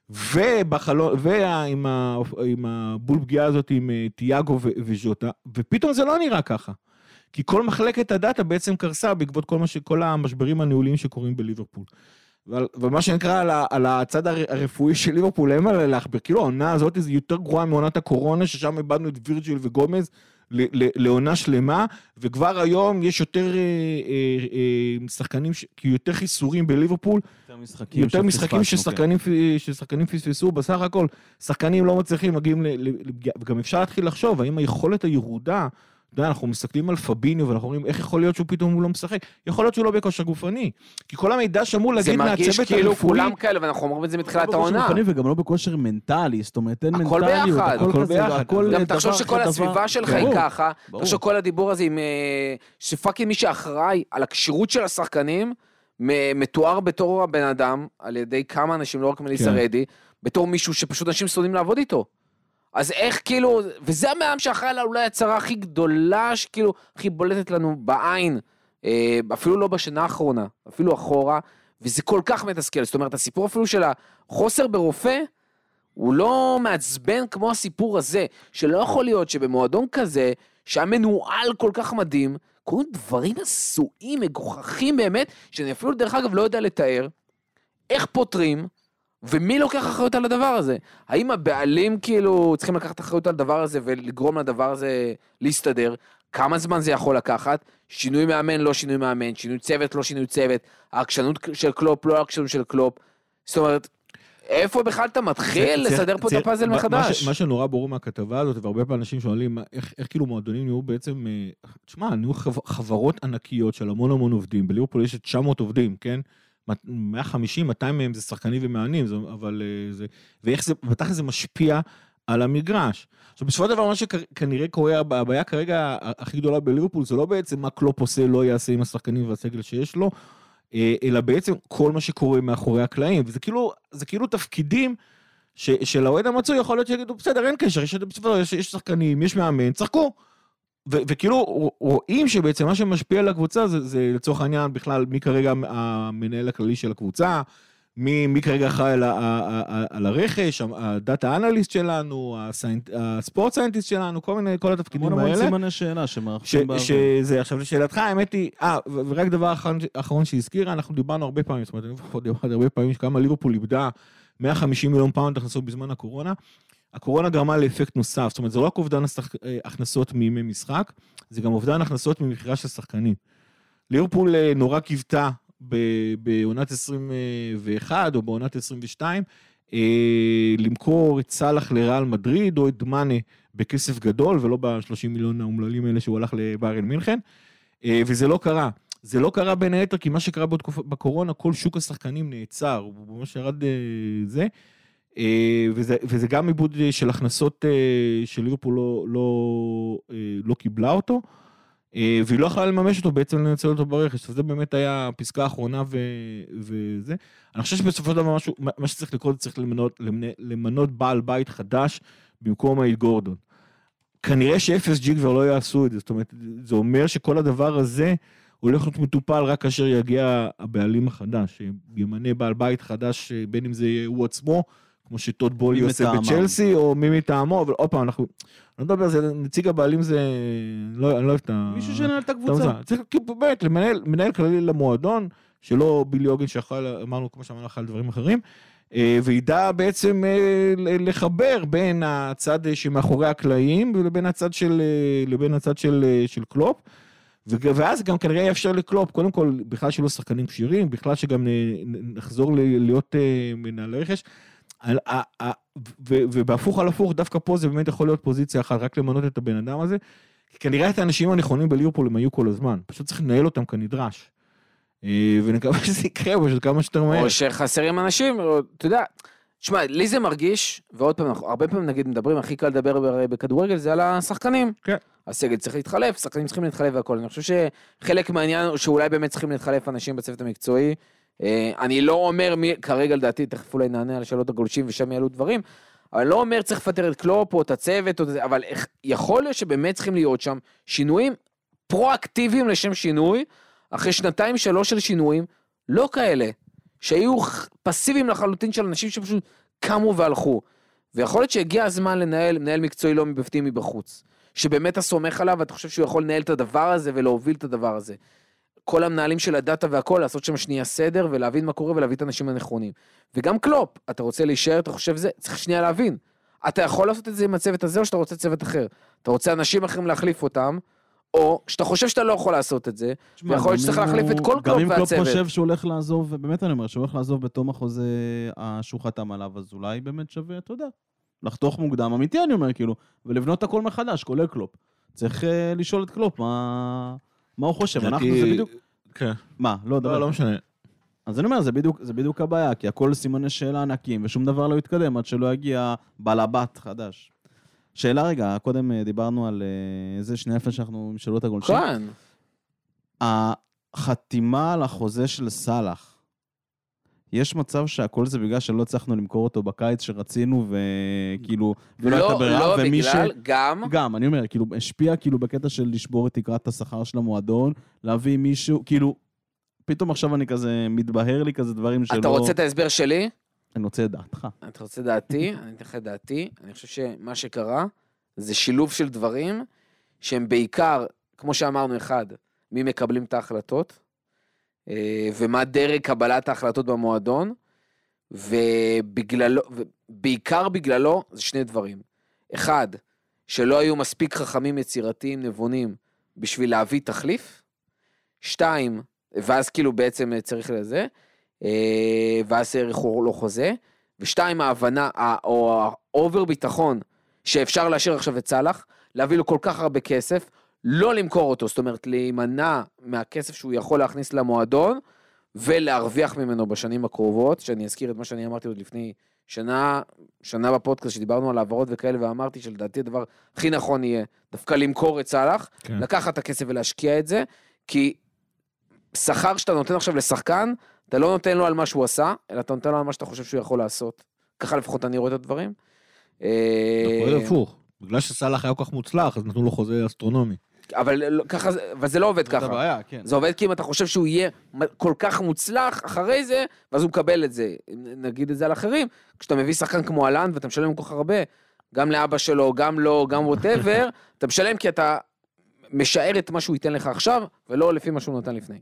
ובחלון, ועם ה, עם הבול פגיעה הזאת עם תיאגו וז'וטה, ופתאום זה לא נראה ככה. כי כל מחלקת הדאטה בעצם קרסה בעקבות כל, מש, כל המשברים הניהוליים שקורים בליברפול. ומה שנקרא על, על הצד הרפואי של ליברפול, אין מה להחבר, כאילו העונה הזאת היא יותר גרועה מעונת הקורונה, ששם איבדנו את וירג'יל וגומז, לעונה שלמה, וכבר היום יש יותר אה, אה, אה, שחקנים, כי יותר חיסורים בליברפול, יותר משחקים, יותר משחקים ששחקנים, ששחקנים פספסו, בסך הכל, שחקנים לא מצליחים, מגיעים לפגיעה, וגם אפשר להתחיל לחשוב, האם היכולת הירודה, אתה יודע, אנחנו מסתכלים על פביניו, ואנחנו אומרים, איך יכול להיות שהוא פתאום הוא לא משחק? יכול להיות שהוא לא בכושר גופני, כי כל המידע שאמור להגיד מהצוות הרפואי... זה מרגיש כאילו כולם כאלה, ואנחנו אומרים את זה מתחילת העונה. וגם לא בכושר מנטלי, זאת אומרת, אין הכל מנטליות, ביחד. הכל ביחד. גם תחשוב שכל הסביבה שלך היא ככה, תחשוב כל הדיבור הזה, שפאקינג מי שאחראי על הקשירות של השחקנים, מתואר בתור הבן אדם, על ידי כמה אנשים, לא רק מליסה רדי, בתור מישהו שפשוט אנשים סודיים לעבוד איתו. אז איך כאילו, וזה המעם שאחראי לה אולי הצרה הכי גדולה, שכאילו הכי בולטת לנו בעין, אפילו לא בשנה האחרונה, אפילו אחורה, וזה כל כך מתסכל, זאת אומרת, הסיפור אפילו של החוסר ברופא, הוא לא מעצבן כמו הסיפור הזה, שלא יכול להיות שבמועדון כזה, שהיה מנוהל כל כך מדהים, קוראים דברים עשויים, מגוחכים באמת, שאני אפילו דרך אגב לא יודע לתאר, איך פותרים, ומי לוקח אחריות על הדבר הזה? האם הבעלים כאילו צריכים לקחת אחריות על הדבר הזה ולגרום לדבר הזה להסתדר? כמה זמן זה יכול לקחת? שינוי מאמן, לא שינוי מאמן, שינוי צוות, לא שינוי צוות, העקשנות של קלופ, לא העקשנות של קלופ. זאת אומרת, איפה בכלל אתה מתחיל לסדר פה את הפאזל מחדש? מה שנורא ברור מהכתבה הזאת, והרבה פעמים אנשים שואלים, איך כאילו מועדונים נהיו בעצם, תשמע, נהיו חברות ענקיות של המון המון עובדים, בליברפול יש תשע מאות עובדים, כן? מאה וחמישים, מאתיים מהם זה שחקנים ומאמנים, אבל זה, ואיך זה, בטח זה משפיע על המגרש. עכשיו, בסופו של דבר, מה שכנראה קורה, הבעיה כרגע הכי גדולה בליברפול, זה לא בעצם מה קלופ עושה, לא יעשה עם השחקנים והסגל שיש לו, אלא בעצם כל מה שקורה מאחורי הקלעים, וזה כאילו, זה כאילו תפקידים ש, של האוהד המצוי, יכול להיות שיגידו, בסדר, אין קשר, יש, יש, יש שחקנים, יש מאמן, צחקו. ו- וכאילו רואים שבעצם מה שמשפיע על הקבוצה זה, זה לצורך העניין בכלל מי כרגע המנהל הכללי של הקבוצה, מי, מי כרגע אחראי על, על הרכש, הדאטה אנליסט שלנו, הסיינט, הספורט סיינטיסט שלנו, כל מיני, כל התפקידים האלה. המון המון סימני שאלה שמרחבים בעבר. שזה, עכשיו לשאלתך, האמת היא, אה, ורק דבר האחרון שהזכירה, אנחנו דיברנו הרבה פעמים, זאת אומרת, דיברנו הרבה פעמים שכמה ליברפול איבדה מאה וחמישים מיליון פאונד הכנסות בזמן הקורונה, הקורונה גרמה לאפקט נוסף, זאת אומרת, זה לא רק אובדן הכנסות מימי משחק, זה גם אובדן הכנסות ממכירה של שחקנים. ליברפול נורא קיוותה בעונת עשרים ואחת או בעונת עשרים ושתיים, למכור את סלאח לריאל מדריד או את דמאנה בכסף גדול, ולא ב-שלושים מיליון האומללים האלה שהוא הלך לביירן מינכן, וזה לא קרה. זה לא קרה בין היתר, כי מה שקרה בתקופה, בקורונה, כל שוק השחקנים נעצר, הוא ממש ירד זה, וזה, וזה גם עיבוד של הכנסות של ליברפול לא, לא, לא קיבלה אותו, והיא לא יכלה לממש אותו, בעצם לנצל אותו ברכש, וזה באמת היה הפסקה האחרונה ו, וזה. אני חושב שבסופו של דבר משהו, מה שצריך לקרות, צריך למנות, למנות בעל בית חדש, במקום העיד גורדון. כנראה ש-אף אס ג'י כבר לא יעשו את זה, זאת אומרת, זה אומר שכל הדבר הזה הולך להיות מטופל רק כאשר יגיע הבעלים החדש, שימנה בעל בית חדש, בין אם זה יהיה הוא עצמו, כמו שטוד בולי עושה בצ'לסי, או מי מטעמו, אבל עוד פעם, אנחנו, אני לא מדבר, זה, נציג הבעלים זה, לא, אני לא אוהב את ה... מישהו שנהל את הקבוצה. צריך באמת, למנהל, מנהל כללי למועדון, שלא בילי אוגן שאכל, אמרנו, כמו שאמרנו, אכל דברים אחרים, וידע בעצם לחבר בין הצד שמאחורי הקלעים, לבין הצד של, לבין הצד של, של קלופ, ואז גם כנראה יאפשר לקלופ, קודם כל, בכלל שלא שחקנים קשירים, בכלל שגם נחזור להיות מנהל רכש, ובהפוך על הפוך, דווקא פה זה באמת יכול להיות פוזיציה אחת, רק למנות את הבן אדם הזה, כי כנראה את האנשים הנכונים בליברפול הם היו כל הזמן, פשוט צריך לנהל אותם כנדרש. ונקווה שזה יקרה פשוט כמה שיותר מהר. או שחסרים אנשים, אתה יודע, תשמע, לי זה מרגיש, ועוד פעם, הרבה פעמים נגיד מדברים, הכי קל לדבר בכדורגל, זה על השחקנים. כן. הסגל צריך להתחלף, שחקנים צריכים להתחלף והכל. אני חושב שחלק מהעניין, שאולי באמת צריכים להתחלף אנשים בצוות המקצועי. אני לא אומר, כרגע לדעתי, תכף אולי נענה על שאלות הגולשים ושם יעלו דברים, אבל לא אומר צריך לפטר את קלופ או את הצוות, אבל יכול להיות שבאמת צריכים להיות שם שינויים פרואקטיביים לשם שינוי, אחרי שנתיים שלוש של שינויים, לא כאלה, שהיו פסיביים לחלוטין של אנשים שפשוט קמו והלכו. ויכול להיות שהגיע הזמן לנהל, מנהל מקצועי לא מבפנים מבחוץ, שבאמת אתה סומך עליו, ואתה חושב שהוא יכול לנהל את הדבר הזה ולהוביל את הדבר הזה. כל המנהלים של הדאטה והכל, לעשות שם שנייה סדר ולהבין מה קורה ולהביא את האנשים הנכונים. וגם קלופ, אתה רוצה להישאר, אתה חושב זה, צריך שנייה להבין. אתה יכול לעשות את זה עם הצוות הזה או שאתה רוצה צוות אחר. אתה רוצה אנשים אחרים להחליף אותם, או שאתה חושב שאתה לא יכול לעשות את זה, ויכול להיות שצריך להחליף את כל קלופ והצוות. גם אם קלופ חושב שהוא הולך לעזוב, ובאמת אני אומר, שהוא הולך לעזוב בתום החוזה שהוא חתם עליו, אז אולי באמת שווה, אתה יודע, לחתוך מוקדם, אמיתי אני אומר, כאילו, ולבנות הכל מחדש, כולל קלופ. צריך לשאול את קלופ, מה הוא חושב, אנחנו זה בדיוק... כן. מה? לא, דבר. לא משנה. אז אני אומר, זה בדיוק, זה בדיוק הבעיה, כי הכל סימני שאלה ענקים, ושום דבר לא יתקדם עד שלא יגיע בלבת חדש. שאלה רגע, קודם דיברנו על איזה שני אפס שאנחנו עם שאלות הגולשים. כן. החתימה על החוזה של סלאח, יש מצב שהכל זה בגלל שלא הצלחנו למכור אותו בקיץ שרצינו, וכאילו, ולא הייתה ברירה, לא, ומי בגלל, גם... גם, אני אומר, כאילו, השפיע כאילו בקטע של לשבור את תקרת השכר של המועדון, להביא מישהו, כאילו, פתאום עכשיו אני כזה, מתבהר לי כזה דברים שלא... אתה רוצה את ההסבר שלי? אני רוצה את דעתך. אתה רוצה דעתי? אני אתן לך את דעתי. אני חושב שמה שקרה, זה שילוב של דברים, שהם בעיקר, כמו שאמרנו אחד, מי מקבלים את ההחלטות, ומה דרג קבלת ההחלטות במועדון, ובגללו, ובעיקר בגללו, זה שני דברים. אחד, שלא היו מספיק חכמים יצירתיים, נבונים, בשביל להביא תחליף. שתיים, ואז כאילו בעצם צריך לזה, ואז ערך לא חוזה. ושתיים, ההבנה, או האובר ביטחון, שאפשר להשאיר עכשיו את סלאח, להביא לו כל כך הרבה כסף, לא למכור אותו, זאת אומרת, להימנע מהכסף שהוא יכול להכניס למועדון, ולהרוויח ממנו בשנים הקרובות, שאני אזכיר את מה שאני אמרתי עוד לפני שנה, שנה בפודקאסט, שדיברנו על העברות וכאלה, ואמרתי שלדעתי הדבר הכי נכון יהיה, דווקא למכור את סלאח, כן. לקחת את הכסף ולהשקיע את זה, כי שכר שאתה נותן עכשיו לשחקן, אתה לא נותן לו על מה שהוא עשה, אלא אתה נותן לו על מה שאתה חושב שהוא יכול לעשות. ככה לפחות אני רואה את הדברים. אנחנו הפוך. בגלל שסלאח היה כל כך מוצלח, אז נתנו לו חוזה אסטרונומי. אבל ככה, אבל זה לא עובד ככה. זה הבעיה, כן. זה עובד כי אם אתה חושב שהוא יהיה כל כך מוצלח אחרי זה, ואז הוא מקבל את זה. נגיד את זה על אחרים, כשאתה מביא שחקן כמו אלן, ואתה משלם כל כך הרבה, גם לאבא שלו, גם לו, גם whatever, אתה משלם כי אתה משער את מה שהוא ייתן לך עכשיו, ולא לפי מה שהוא נותן לפני.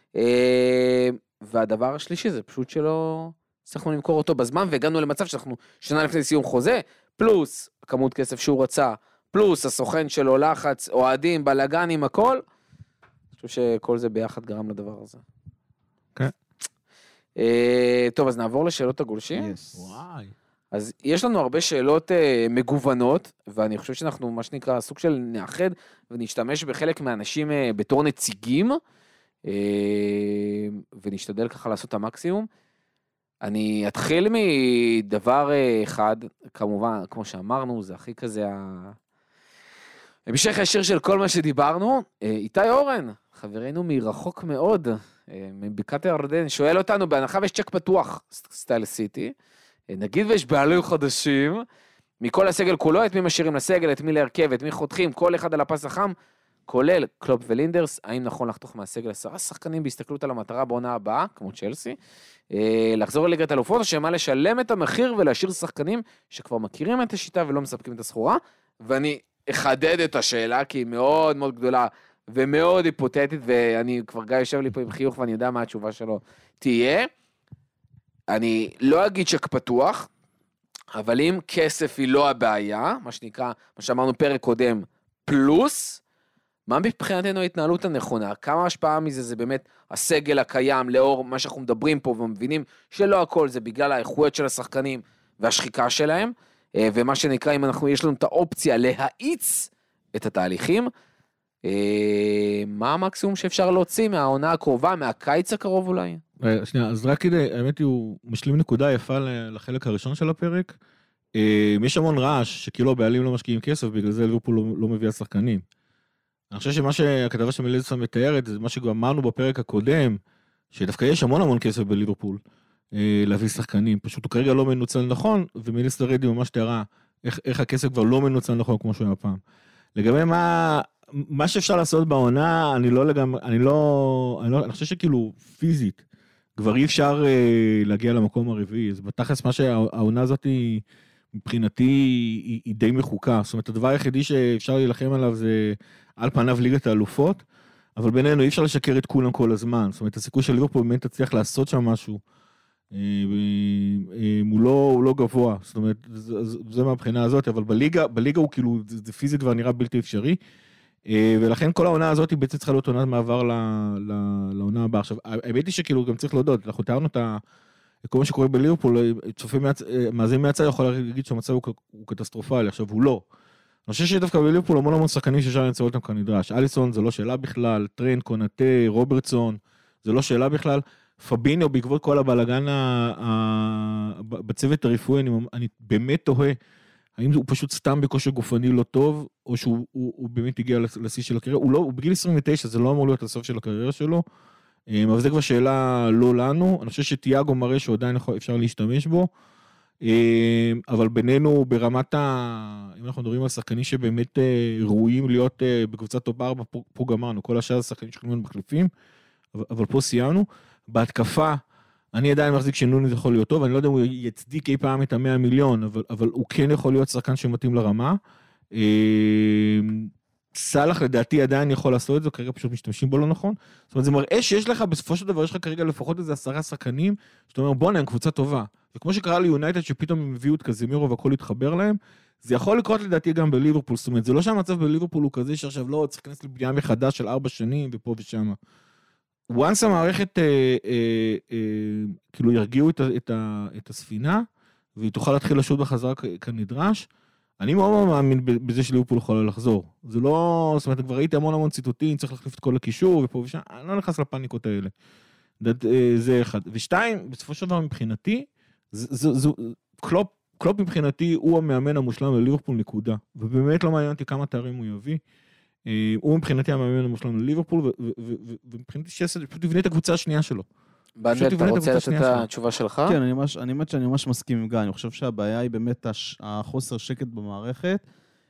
והדבר השלישי זה פשוט שלא צריכנו למכור אותו בזמן, והגענו למצב שאנחנו שנה לפני סיום חוזה, פלוס כמות כסף שהוא רצה, פלוס הסוכן שלו לחץ, אוהדים, בלגנים, הכל. אני חושב שכל זה ביחד גרם לדבר הזה. כן. טוב, אז נעבור לשאלות הגולשים. וואי. אז יש לנו הרבה שאלות uh, מגוונות, ואני חושב שאנחנו, מה שנקרא, סוג של נאחד, ונשתמש בחלק מהאנשים uh, בתור נציגים, uh, ונשתדל ככה לעשות את המקסימום. אני אתחיל מדבר אחד, כמובן, כמו שאמרנו, זה הכי כזה, המשך ישיר של כל מה שדיברנו, איתי אורן, חברנו מרחוק מאוד, מבקעת הירדן, שואל אותנו, בהנחה ויש צ'ק פתוח, סטייל סיטי, נגיד ויש בעלים חדשים, מכל הסגל כולו, את מי משאירים לסגל, את מי להרכב, את מי חותכים, כל אחד על הפס החם, כולל קלופ ולינדרס, האם נכון לחתוך מהסגל עשרה שחקנים בהסתכלות על המטרה בעונה הבאה, כמו צ'לסי, לחזור לליגת אלופות, או שמה לשלם את המחיר ולהשאיר שחקנים שכבר מכירים את השיטה ולא מספקים את הסחורה, ואני אחדד את השאלה, כי היא מאוד מאוד גדולה ומאוד היפותטית, ואני כבר גיא יושב לי פה עם חיוך ואני יודע מה התשובה שלו תהיה. אני לא אגיד שק פתוח, אבל אם כסף היא לא הבעיה, מה שנקרא, מה שאמרנו פרק קודם, פלוס, מה מבחינתנו ההתנהלות הנכונה? כמה השפעה מזה זה באמת הסגל הקיים, לאור מה שאנחנו מדברים פה, ומבינים שלא הכל זה בגלל האיכויות של השחקנים והשחיקה שלהם, ומה שנקרא, אם אנחנו, יש לנו את האופציה להאיץ את התהליכים, מה המקסימום שאפשר להוציא מהעונה הקרובה, מהקיץ הקרוב אולי? שנייה, אז רק כדי, האמת היא, הוא משלים נקודה יפה לחלק הראשון של הפרק, יש המון רעש שכאילו הבעלים לא משקיעים כסף, בגלל זה ליברפול לא, לא מביא השחקנים. אני חושב שמה שהכתבה של מליסה מתארת, זה מה שגם אמרנו בפרק הקודם, שדווקא יש המון המון כסף בליברפול, להביא שחקנים, פשוט הוא כרגע לא מנוצל נכון, ומליסה רדי ממש תיארה, איך, איך הכסף כבר לא מנוצל נכון כמו שהוא היה פעם. לגבי מה, מה שאפשר לעשות בעונה, אני לא לגמרי, אני לא, אני לא, אני חושב שכאילו פיזית, כבר אי אפשר אה, להגיע למקום הרביעי, אז בתכלס מה שהעונה הזאת היא, מבחינתי היא, היא די מחוקה, זאת אומרת הדבר היחידי שאפשר להילחם עליו זה על פניו ליגת האלופות, אבל בינינו אי אפשר לשקר את כולם כל הזמן, זאת אומרת הסיכוי של ליברפול באמת תצליח לעשות שם משהו, אה, אה, הוא, לא, הוא לא גבוה, זאת אומרת זה, זה מהבחינה הזאת, אבל בליגה, בליגה הוא כאילו, זה, זה פיזית כבר נראה בלתי אפשרי, ולכן כל העונה הזאת היא בעצם צריכה להיות עונת מעבר לעונה הבאה. עכשיו, האמת היא שכאילו גם צריך להודות, אנחנו תיארנו את כל מה שקורה בליברפול, צופה מאזין מהצד יכול להגיד שהמצב הוא קטסטרופלי, עכשיו הוא לא. אני חושב שדווקא בליברפול המון המון שחקנים שאפשר למצוא אותם כנדרש. אליסון זה לא שאלה בכלל, טרנט, קונאטה, רוברטסון, זה לא שאלה בכלל. פביניו בעקבות כל הבלגן בצוות הרפואי, אני באמת תוהה, האם הוא פשוט סתם בכושר גופני לא טוב, או שהוא הוא, הוא באמת הגיע לשיא של הקריירה, הוא, לא, הוא בגיל עשרים ותשע, זה לא אמור להיות הסוף של הקריירה שלו, אבל זה כבר שאלה לא לנו, אני חושב שתיאגו מראה שעדיין אפשר להשתמש בו, אבל בינינו ברמת ה... אם אנחנו מדברים על שחקנים שבאמת ראויים להיות בקבוצת טופ ארבע, פה, פה גמרנו, כל השאר השחקנים שחקנים מחליפים, אבל, אבל פה סיימנו, בהתקפה, אני עדיין מחזיק שנוני זה יכול להיות טוב, אני לא יודע אם הוא יצדיק אי פעם את המאה מיליון, אבל, אבל הוא כן יכול להיות שחקן שמתאים לרמה. סלח לדעתי עדיין יכול לעשות את זה, כרגע פשוט משתמשים בו לא נכון. זאת אומרת, זה מראה שיש לך, בסופו של דבר, יש לך כרגע לפחות איזה עשרה שחקנים, שאתה אומר, בוא נהם, קבוצה טובה. וכמו שקרה ליונייטד, שפתאום הם הביאו את קזימירו והכל התחבר להם, זה יכול לקרות לדעתי גם בליברפול. זאת אומרת, זה לא שהמצב בליברפול הוא כזה, שעכשיו לא, צריך להיכנס לבנייה מחדש של ארבע שנים, ופה ושם. once המערכת, אה, אה, אה, כאילו ירגיעו את, את, את הספינה, והיא תוכל להתחיל לשוט בחזרה כנדרש, אני מאוד מאוד מאמין בזה שליברפול יכולה לחזור. זה לא, זאת אומרת, כבר ראיתי המון המון ציטוטים, צריך להחליף את כל הקישור, ופה ושם, אני לא נכנס לפניקות האלה. זה אחד. ושתיים, בסופו של דבר מבחינתי, זה, זה, זה, קלופ, קלופ מבחינתי הוא המאמן המושלם לליברפול נקודה, ובאמת לא מעניין אותי כמה תארים הוא יביא, הוא מבחינתי המאמן המושלם לליברפול, ומבחינתי שפשוט יבנה את הקבוצה השנייה שלו. בנדל, אתה רוצה לתת את התשובה שלך? כן, אני באמת שאני ממש מסכים עם גיא, אני חושב שהבעיה היא באמת החוסר שקט במערכת,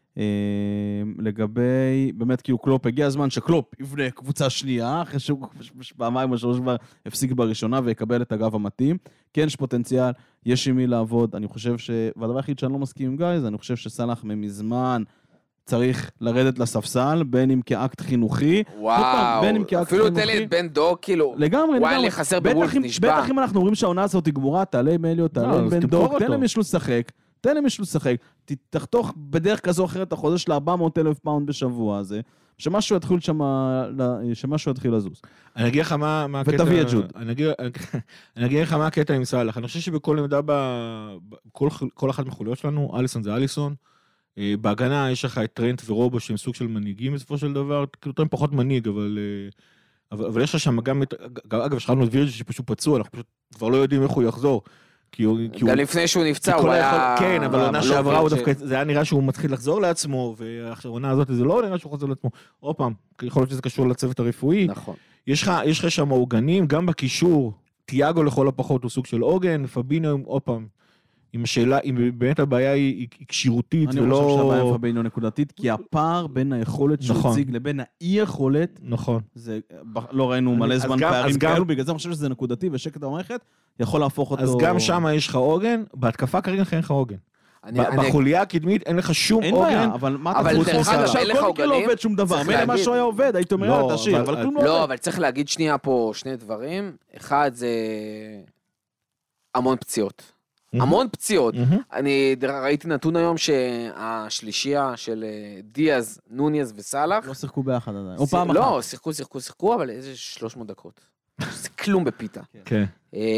לגבי, באמת כאילו קלופ, הגיע הזמן שקלופ יבנה קבוצה שנייה, אחרי שהוא פעמיים או שלוש כבר הפסיק בראשונה ויקבל את הגב המתאים, כן יש פוטנציאל, יש עם מי לעבוד, אני חושב ש... והדבר היחיד שאני לא מסכים עם גיא, זה אני חושב שסלח ממזמן צריך לרדת לספסל, בין אם כאקט חינוכי. וואו, בין אם כאקט אפילו תן לי את בן דוק, כאילו, לגמרי, וואי, לי חסר בוולף נשבע. בטח אם אנחנו אומרים שהעונה הזאת היא גמורה, תעלה עם אליוט, תעלה עם בן דוק, תן להם יש לו לשחק, תן להם יש לו לשחק, תחתוך בדרך כזו או אחרת החוזה של ארבע מאות אלף פאונד בשבוע הזה, שמשהו יתחיל שם, שמשהו יתחיל לזוז. אני אגיד לך מה הקטע... ותביא את ג'וד. אני אגיד לך מה הקטע עם סלח. אני חושב שבכל עמדה, כל אחת מחוליות שלנו, אליסון זה אליסון, בהגנה יש לך את טרנט ורובו שהם סוג של מנהיגים בסופו של דבר, כאילו טרנט פחות מנהיג, אבל, אבל, אבל יש לך שם גם, אגב, יש לנו את וירג'י שפשוט פצוע, אנחנו פשוט כבר לא יודעים איך הוא יחזור. כי הוא, כי גם הוא, לפני שהוא נפצע, הוא היה... יכול, כן, אבל העונה לא שעברה, הוא ש... דווקא, זה היה נראה שהוא מתחיל לחזור לעצמו, ועכשיו העונה הזאת זה לא נראה שהוא חוזר לעצמו. עוד פעם, יכול להיות שזה קשור לצוות הרפואי. נכון. יש לך, יש לך שם עוגנים, גם בקישור, תיאגו לכל הפחות הוא סוג של עוגן, פביניו, עוד פעם, עם השאלה, אם באמת הבעיה היא קשירותית ולא... אני חושב שהבעיה עם פביניו נקודתית, כי הפער בין היכולת שהוא הציג לבין האי-יכולת, נכון. זה, לא ראינו מלא זמן פערים כאלו, בגלל זה אני חושב שזה נקודתי, ושקט המערכת יכול להפוך אותו... אז גם שם יש לך עוגן, בהתקפה כרגע אין לך עוגן. בחוליה הקדמית אין לך שום עוגן. אין בעיה, אבל מה אתה חוץ מסע? שהכל כאילו לא עובד שום דבר, מילא מה שהוא היה עובד, הייתי אומר, תשאיר, אבל כלום לא עובד. לא, אבל צריך להגיד שנייה פה שני דברים. אחד זה המון פציעות. המון פציעות. אני ראיתי נתון היום שהשלישייה של דיאז, נוניאז וסלאח... לא שיחקו ביחד עדיין. או פעם אחת. לא, שיחקו, שיחקו, שיחקו, אבל איזה שלוש מאות דקות. זה כלום בפיתה. כן.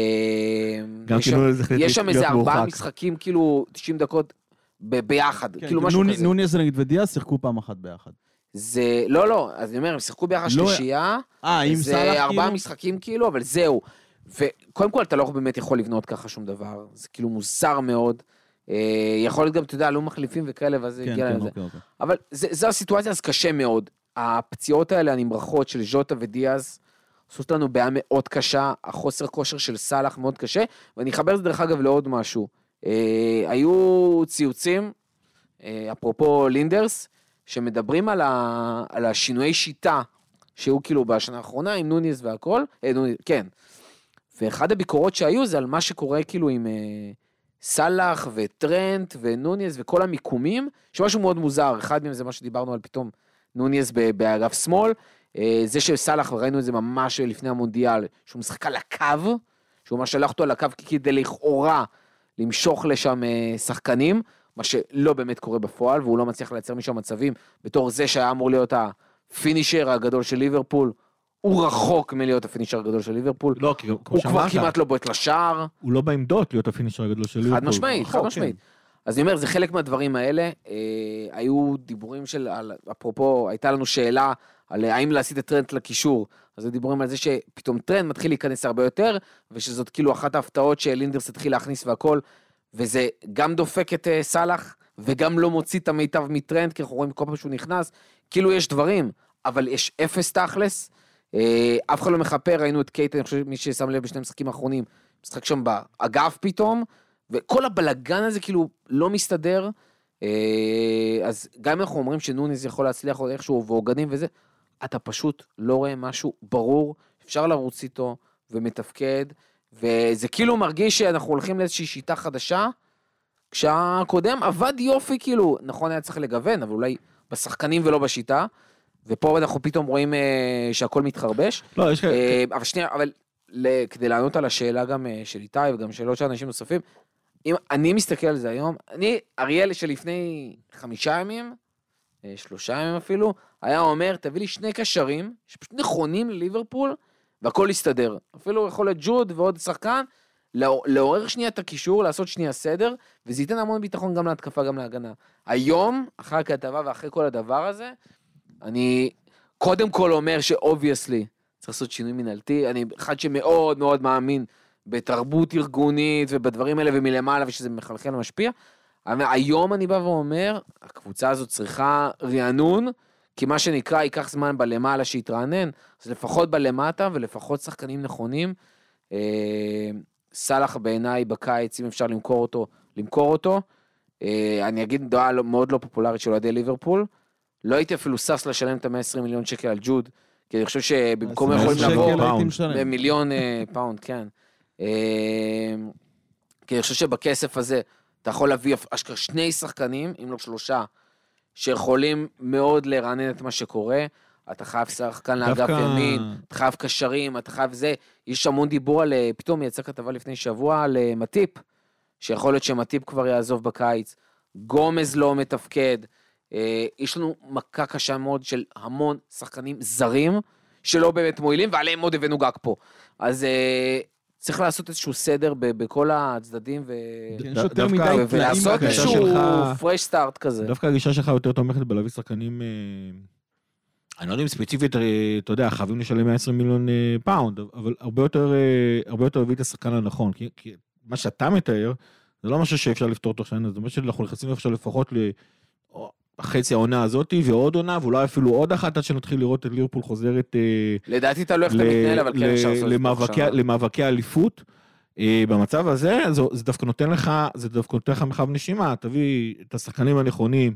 יש שם איזה ארבעה משחקים, כאילו, תשעים דקות ביחד. כאילו משהו כזה. נוניאז נגיד ודיאז שיחקו פעם אחת ביחד. זה, לא, לא, אז אני אומר, הם שיחקו ביחד שלישייה. אה, עם סלאח כאילו? זה ארבעה משחקים כאילו, אבל זהו. וקודם כל, אתה לא באמת יכול לבנות ככה שום דבר. זה כאילו מוזר מאוד. יכול להיות גם, אתה יודע, לא מחליפים וכאלה, ואז זה הגיע לזה. אבל זו הסיטואציה, אז קשה מאוד. הפציעות האלה, הנמרחות של ז'וטה ודיאז, עושות לנו בעיה מאוד קשה, החוסר כושר של סלאח מאוד קשה, ואני אחבר את זה דרך אגב לעוד משהו. היו ציוצים, אפרופו לינדרס, שמדברים על השינויי שיטה, שהיו כאילו בשנה האחרונה, עם נוניס והכל, כן. ואחד הביקורות שהיו זה על מה שקורה כאילו עם סלאח וטרנט ונוניס וכל המיקומים, שמשהו מאוד מוזר, אחד מהם זה מה שדיברנו על פתאום נוניס באגף שמאל, זה שסלאח, וראינו את זה ממש לפני המונדיאל, שהוא משחק על הקו, שהוא ממש שלח אותו על הקו כדי לכאורה למשוך לשם שחקנים, מה שלא באמת קורה בפועל, והוא לא מצליח לייצר משם מצבים, בתור זה שהיה אמור להיות הפינישר הגדול של ליברפול, הוא רחוק מלהיות הפינישר הגדול של ליברפול, לא, כי, הוא כבר כמעט לא בועט לשער. הוא לא בעמדות להיות הפינישר הגדול של ליברפול. חד משמעית, חד משמעית. אז אני אומר, זה חלק מהדברים האלה, אה, היו דיבורים של, על, אפרופו, הייתה לנו שאלה על האם להסיט את טרנט לקישור, אז זה דיבורים על זה שפתאום טרנט מתחיל להיכנס הרבה יותר, ושזאת כאילו אחת ההפתעות שלינדרס התחיל להכניס והכל, וזה גם דופק את uh, סלאח, וגם לא מוציא את המיטב מטרנט, כי אנחנו רואים כל פעם שהוא נכנס, כאילו יש דברים, אבל יש אפס תכלס, אה, אף אחד לא מחפר, ראינו את קייט, אני חושב מי ששם לב בשני משחקים האחרונים, משחק שם באגף פתאום, וכל הבלגן הזה כאילו לא מסתדר, אז גם אם אנחנו אומרים שנוניס יכול להצליח עוד איכשהו ועוגנים וזה, אתה פשוט לא רואה משהו ברור, אפשר לרוץ איתו ומתפקד, וזה כאילו מרגיש שאנחנו הולכים לאיזושהי שיטה חדשה, כשהקודם עבד יופי כאילו, נכון היה צריך לגוון, אבל אולי בשחקנים ולא בשיטה, ופה אנחנו פתאום רואים שהכל מתחרבש, לא, יש כאלה. אבל שנייה, אבל כדי לענות על השאלה גם של איתי וגם שאלות של אנשים נוספים, אם אני מסתכל על זה היום, אני, אריאל שלפני חמישה ימים, שלושה ימים אפילו, היה אומר, תביא לי שני קשרים, שפשוט נכונים לליברפול, והכל יסתדר. אפילו יכול להיות ג'וד ועוד שחקן, לעורר שנייה את הקישור, לעשות שנייה סדר, וזה ייתן המון ביטחון גם להתקפה, גם להגנה. היום, אחרי הכתבה ואחרי כל הדבר הזה, אני קודם כל אומר ש-obviously, צריך לעשות שינוי מנהלתי, אני אחד שמאוד מאוד מאמין בתרבות ארגונית ובדברים האלה ומלמעלה ושזה מחלחל ומשפיע, אבל היום אני בא ואומר, הקבוצה הזאת צריכה רענון, כי מה שנקרא ייקח זמן בלמעלה שיתרענן, אז לפחות בלמטה ולפחות שחקנים נכונים, אה, סלאח בעיניי בקיץ, אם אפשר למכור אותו, למכור אותו, אה, אני אגיד דעה מאוד לא פופולרית של אוהדי ליברפול, לא הייתי אפילו סס לשלם את ה-מאה ועשרים מיליון שקל על ג'וד, כי אני חושב שבמקום יכולים לבוא במיליון פאונד, כן. כי אני חושב שבכסף הזה, אתה יכול להביא אשכרה שני שחקנים, אם לא שלושה, שיכולים מאוד לרענן את מה שקורה, אתה חייב שחקן לאגף ימין, אתה חייב קשרים, אתה חייב זה, יש המון דיבור על, פתאום יצא כתבה לפני שבוע על מטיפ, שיכול להיות שמטיפ כבר יעזוב בקיץ, גומז לא מתפקד, יש לנו מכה קשה מאוד של המון שחקנים זרים, שלא באמת מועילים, ועליהם עוד הבאנו גג פה. אז צריך לעשות איזשהו סדר בכל הצדדים, ולעשות איזשהו פרש סטארט כזה. דווקא הגישה שלך יותר תומכת בלהביא שחקנים אני לא יודע אם ספציפית, אתה יודע, חייבים לשלם מאה ועשרים מיליון פאונד, אבל הרבה יותר, הרבה יותר הביא את השחקן הנכון, כי, כי מה שאתה מתאר, זה לא משהו שאפשר לפתור תוך שנה, זה משהו שאנחנו נכנסים עכשיו לפחות לחצי העונה הזאת, ועוד עונה, ואולי אפילו עוד אחת, עד שנתחיל לראות את ליברפול חוזרת... לדעתי אתה לא איך אתה מתנהל, אבל כן אפשר לעשות תוך שנה. למאבקי האליפות, במצב הזה, זה דווקא נותן לך, זה דווקא נותן לך מחב נשימה, תביא את השחקנים הנכונים,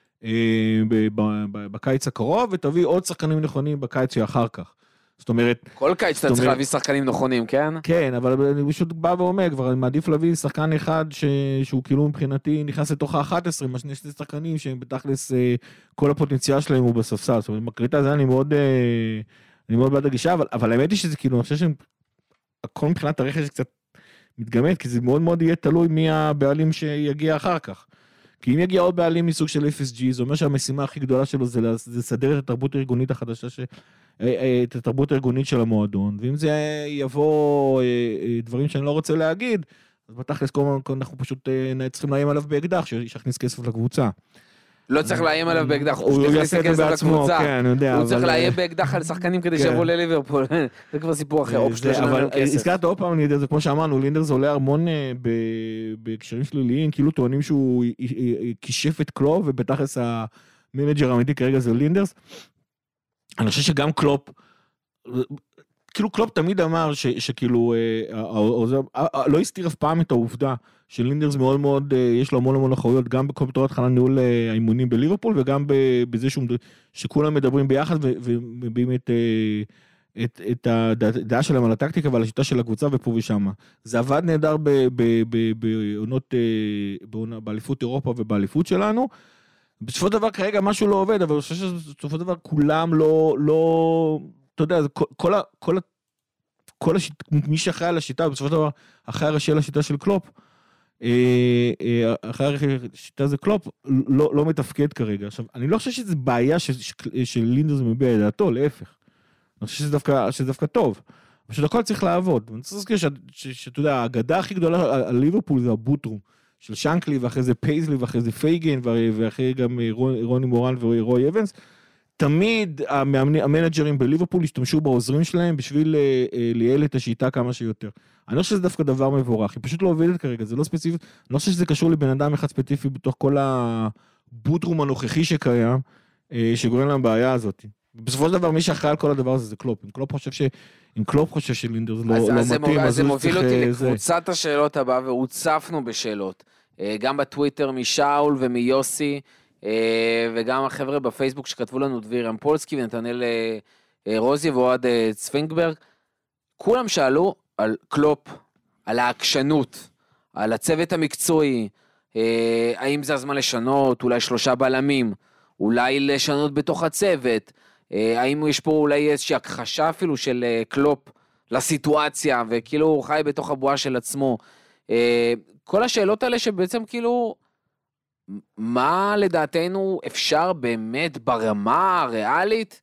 בקיץ הקרוב, ותביא עוד שחקנים נכונים בקיץ שאחר כך. זאת אומרת... כל קיץ אתה צריך להביא שחקנים נכונים, כן? כן, אבל אני פשוט בא ואומר, כבר אני מעדיף להביא שחקן אחד שהוא כאילו מבחינתי נכנס לתוך ה-אחת עשרה, מה שני שחקנים שהם בתכלס כל הפוטנציאל שלהם הוא בספסל. זאת אומרת, מקריטה הזה אני מאוד... אני מאוד בעד הגישה, אבל האמת היא שזה כאילו, אני חושב שהכל מבחינת הרכש קצת מתגמד, כי זה מאוד מאוד יהיה תלוי מי הבעלים שיגיע אחר כך. כי אם יגיע עוד בעלים מסוג של אף אס ג'י, זה אומר שהמשימה הכי גדולה שלו זה לסדר את התרבות הארגונית החדשה, את התרבות הארגונית של המועדון, ואם זה יבוא דברים שאני לא רוצה להגיד, אז בתכלס אנחנו פשוט צריכים לאיים עליו באקדח, שיכניס כסף לקבוצה. לא צריך לאיים עליו באקדח, הוא יכניס כסף לקבוצה. הוא צריך לאיים באקדח על שחקנים כדי שיבואו לליברפול. זה כבר סיפור אחר. אבל הזכרת עוד פעם, זה כמו שאמרנו, לינדרס עולה המון בהקשרים שליליים, כאילו טוענים שהוא כישף את קלופ, ובתכלס המנג'ר האמיתי כרגע זה לינדרס. אני חושב שגם קלופ, כאילו קלופ תמיד אמר שכאילו, לא הסתיר אף פעם את העובדה, שלינדרס מאוד מאוד, יש לו המון המון אחריות, גם בכל בתור התחלה ניהול האימונים בליברפול, וגם בזה שכולם מדברים ביחד, ומביאים את, את, את הדעה שלהם על הטקטיקה, ועל השיטה של הקבוצה, ופה ושם. זה עבד נהדר בעונות, באליפות אירופה ובאליפות שלנו, בסופו של דבר כרגע משהו לא עובד, אבל אני חושב שבסופו של דבר כולם לא, לא, אתה יודע, כל, כל, כל, כל השיט, מי שאחראי על השיטה, בסופו של דבר, אחראי הראשי על השיטה של קלופ, אחראי השיטה זה קלופ, לא, לא מתפקד כרגע. עכשיו, אני לא חושב שזה בעיה של לינדרס מביע את דעתו, להפך. אני חושב שזה דווקא, שזה דווקא טוב. פשוט הכל צריך לעבוד. אני צריך להזכיר שאתה יודע, האגדה הכי גדולה על ליברפול זה הבוטרום. של שנקלי, ואחרי זה פייזלי, ואחרי זה פייגן, ואחרי גם רוני מורן ורוי אבנס, תמיד המנג'רים בליברפול השתמשו בעוזרים שלהם בשביל לייעל את השיטה כמה שיותר. אני לא חושב שזה דווקא דבר מבורך, היא פשוט לא עובדת כרגע, זה לא ספציפי, אני לא חושב שזה קשור לבן אדם אחד ספציפי בתוך כל הבוטרום הנוכחי שקיים, שגורם להם בעיה הזאת. בסופו של דבר, מי שאחראי על כל הדבר הזה זה קלופ. אם קלופ חושב ש... אם קלופ חושב שלינדרס לא מתאים, אז זה מוביל אותי לקבוצת השאלות הבאה, והוצפנו בשאלות. גם בטוויטר משאול ומיוסי, וגם החבר'ה בפייסבוק שכתבו לנו דביר אמפולסקי ונתנאל רוזי ואוהד צפינגברג, כולם שאלו על קלופ, על העקשנות, על הצוות המקצועי, האם זה הזמן לשנות, אולי שלושה בלמים, אולי לשנות בתוך הצוות, האם יש פה אולי איזושהי הכחשה אפילו של קלופ לסיטואציה, וכאילו הוא חי בתוך הבועה של עצמו. כל השאלות האלה שבעצם כאילו, מה לדעתנו אפשר באמת ברמה הריאלית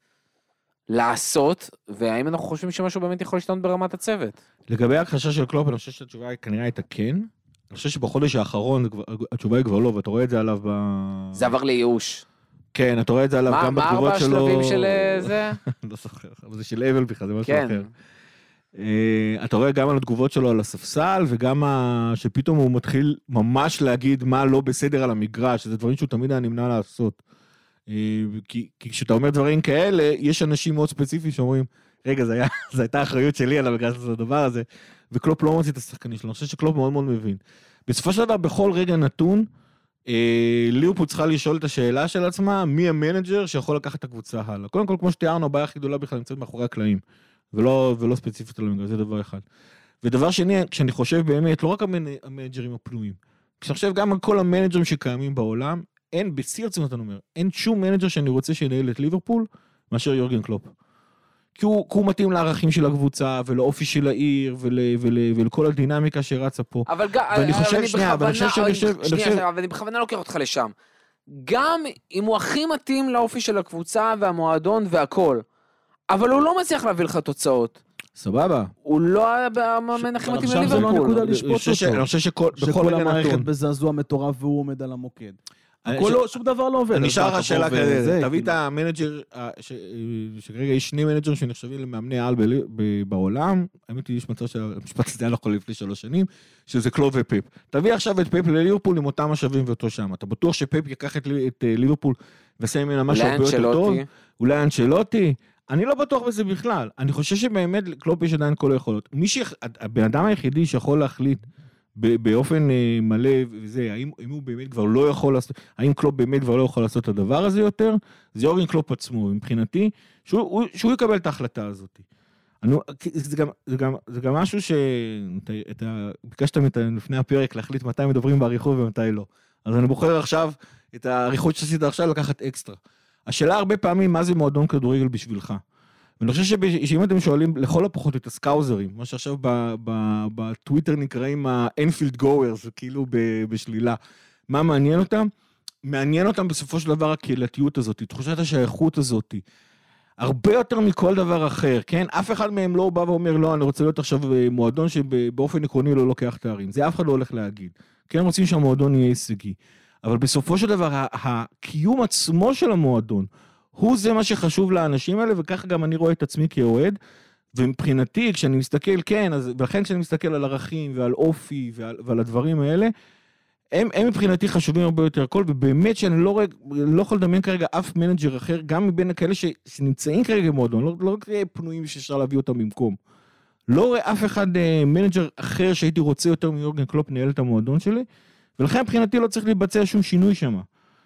לעשות, והאם אנחנו חושבים שמשהו באמת יכול להשתנות ברמת הצוות? לגבי ההכחשה של קלופ, אני חושב שהתשובה היא כנראה הייתה כן. אני חושב שבחודש האחרון התשובה היא כבר לא, ואתה רואה את זה עליו ב... זה עבר לייאוש. כן, אתה רואה את זה עליו גם בתגובות שלו. מה ארבע השלבים של זה? לא זוכר, אבל זה של אבל בכלל, זה משהו אחר. אתה רואה גם על התגובות שלו על הספסל, וגם שפתאום הוא מתחיל ממש להגיד מה לא בסדר על המגרש, שזה דברים שהוא תמיד היה נמנע לעשות. כי כשאתה אומר דברים כאלה, יש אנשים מאוד ספציפיים שאומרים, רגע, זו הייתה אחריות שלי על המגרש הזה, הדבר הזה, וקלופ לא מוציא את השחקנים שלו. אני חושב שקלופ מאוד מאוד מבין. בסופו של דבר, בכל רגע נתון, ליברפול צריכה לשאול את השאלה של עצמה, מי המנג'ר שיכול לקחת את הקבוצה הלאה. קודם כל, כמו שתיארנו, הבעיה הכי גדולה בכלל נמצאת מאחורי הקלעים, ולא, ולא ספציפית על המגרש, זה דבר אחד. ודבר שני, כשאני חושב באמת, לא רק המנג'רים הפנויים, כשאני חושב גם על כל המנג'רים שקיימים בעולם, אין, בשיא הרצינות אני אומר, אין שום מנג'ר שאני רוצה שינהל את ליברפול, מאשר יורגן קלופ. כי הוא, כי הוא מתאים לערכים של הקבוצה, ולאופי של העיר, ול, ול, ולכל הדינמיקה שרצה פה. אבל גם, ואני חושב, שנייה, אבל אני חושב שאני חושב... שנייה, אבל אני בכוונה לוקח אותך לשם. גם אם הוא הכי מתאים לאופי של הקבוצה, והמועדון והכל, אבל הוא לא מצליח להביא לך תוצאות. סבבה. הוא לא המאמן הכי מתאים לליברפול. זה לא נקודה לשפוט אותו. אני חושב שכל רגע נתון. שכל המערכת בזעזוע מטורף והוא עומד על המוקד. שום דבר לא עובד. נשאר לך שאלה כזה, תביא את המנג'ר, שכרגע יש שני מנג'רים שנחשבים למאמני על בעולם, האמת היא, יש מצב שהמשפט הזה היה נכון לפני שלוש שנים, שזה קלופ ופפ. תביא עכשיו את פפ לליברפול עם אותם משאבים ואותו שם. אתה בטוח שפפ יקח את ליברפול ועשה ממנה משהו הרבה יותר טוב? אולי אנצ'לוטי? אני לא בטוח בזה בכלל. אני חושב שבאמת קלופ יש עדיין כל היכולות. הבן אדם היחידי שיכול להחליט באופן מלא, וזה, האם, האם הוא באמת כבר לא יכול לעשות, האם קלופ באמת כבר לא יכול לעשות את הדבר הזה יותר, זה יורגן קלופ עצמו, מבחינתי, שהוא, שהוא יקבל את ההחלטה הזאת. אני, זה, גם, זה, גם, זה גם משהו שאתה ביקשת לפני הפרק להחליט מתי מדברים בעריכות ומתי לא. אז אני בוחר עכשיו את העריכות שעשית עכשיו לקחת אקסטרה. השאלה הרבה פעמים, מה זה מועדון כדורגל בשבילך? ואני חושב שאם אתם שואלים לכל הפחות את הסקאוזרים, מה שעכשיו בטוויטר נקראים האנפילד גוורס, כאילו בשלילה, מה מעניין אותם? מעניין אותם בסופו של דבר הקהילתיות הזאת, תחושת השייכות הזאת, הרבה יותר מכל דבר אחר, כן? אף אחד מהם לא בא ואומר, לא, אני רוצה להיות עכשיו מועדון שבאופן עקרוני לא לוקח תארים, זה אף אחד לא הולך להגיד, כן רוצים שהמועדון יהיה הישגי, אבל בסופו של דבר, הקיום עצמו של המועדון, הוא זה מה שחשוב לאנשים האלה, וככה גם אני רואה את עצמי כאוהד, ומבחינתי, כשאני מסתכל, כן, אז, ולכן כשאני מסתכל על ערכים ועל אופי ועל, ועל הדברים האלה, הם, הם מבחינתי חשובים הרבה יותר הכל, ובאמת שאני לא, לא יכול לדמיין כרגע אף מנג'ר אחר, גם מבין כאלה ש, שנמצאים כרגע במועדון, לא, לא רק פנויים שאפשר להביא אותם במקום. לא רואה אף אחד מנג'ר אחר שהייתי רוצה יותר מיורגן קלופ נהל את המועדון שלי, ולכן מבחינתי לא צריך להתבצע שום שינוי שם.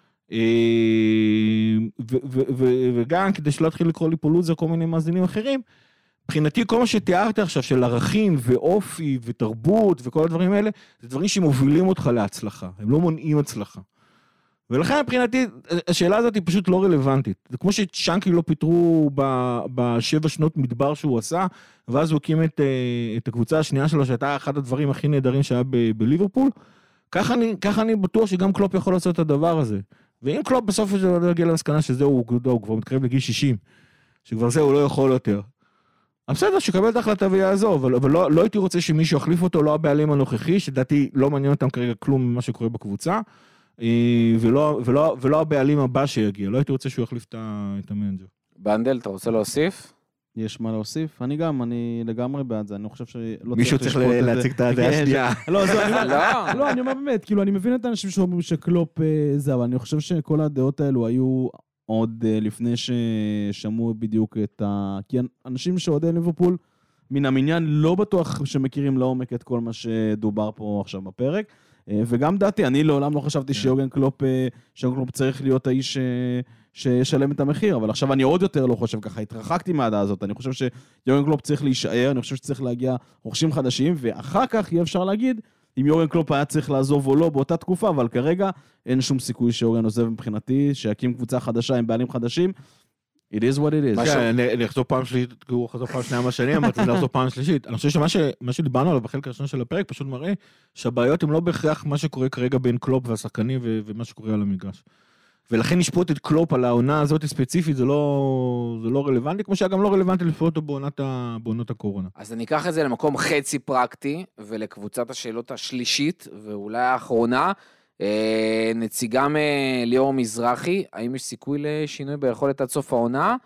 וגם כדי שלא התחיל לקרוא לי פה לוזר כל מיני מאזינים אחרים, מבחינתי כל מה שתיארת עכשיו של ערכים ואופי ותרבות וכל הדברים האלה, זה דברים שמובילים אותך להצלחה, הם לא מונעים הצלחה. ולכן מבחינתי השאלה הזאת היא פשוט לא רלוונטית. זה כמו שצ'אנקי לא פיתרו בשבע שנות מדבר שהוא עשה, ואז הוא הקים את, את הקבוצה השנייה שלו, שהייתה אחד הדברים הכי נהדרים שהיה בליברפול, ככה אני, ככה אני בטוח שגם קלופ יכול לעשות את הדבר הזה. ואם קלופ בסוף לא יגיע למסקנה שזהו, הוא, הוא כבר מתקרב לגיל שישים, שכבר זהו, הוא לא יכול יותר. אז בסדר, שקבל את ההחלטה ויעזור, אבל, אבל לא, לא הייתי רוצה שמישהו יחליף אותו, לא הבעלים הנוכחי, שדעתי לא מעניין אותם כרגע כלום ממה שקורה בקבוצה, ולא, ולא, ולא הבעלים הבא שיגיע, לא הייתי רוצה שהוא יחליף את המנג'ר. בנדל, אתה רוצה להוסיף? יש מה להוסיף? אני גם, אני לגמרי בעד זה, אני חושב שלא מישהו צריך להציג את הדעה השנייה. לא, אני אומר באמת, כאילו, אני מבין את האנשים שאומרים שקלופ זה, אבל אני חושב שכל הדעות האלו היו עוד לפני ששמעו בדיוק את ה... כי אנשים שעודי ליברפול, מן המניין לא בטוח שמכירים לעומק את כל מה שדובר פה עכשיו בפרק, וגם דעתי, אני לעולם לא חשבתי שיוגן קלופ, שיוגן קלופ צריך להיות האיש שישלם את המחיר, אבל עכשיו אני עוד יותר לא חושב ככה, התרחקתי מהדעה הזאת, אני חושב שיוגן קלופ צריך להישאר, אני חושב שצריך להגיע רוכשים חדשים, ואחר כך יהיה אפשר להגיד אם יוגן קלופ היה צריך לעזוב או לא באותה תקופה, אבל כרגע אין שום סיכוי שיוגן עוזב מבחינתי, שיקים קבוצה חדשה עם בעלים חדשים, it is what it is. אני אחזור פעם שלישית, הוא חזור פעם שנייה מהשני, אמרתי לחזור פעם שלישית. אני חושב שמה שדיברנו עליו בחלק הראשון של הפרק, פשוט מראה שהבעיות הן לא בהכרח מה שקורה כרגע בין קלופ והשחקנים ומה שקורה על המגרש. ולכן נשפוט את קלופ על העונה הזאת ספציפית, זה לא, זה לא רלוונטי, כמו שהיה גם לא רלוונטי לפרוט אותו בעונת, בעונות הקורונה. אז אני אקח את זה למקום חצי פרקטי, ולקבוצת השאלות השלישית, ואולי האחרונה, נציגה מליאור מזרחי, האם יש סיכוי לשינוי ביכולת עד סוף העונה,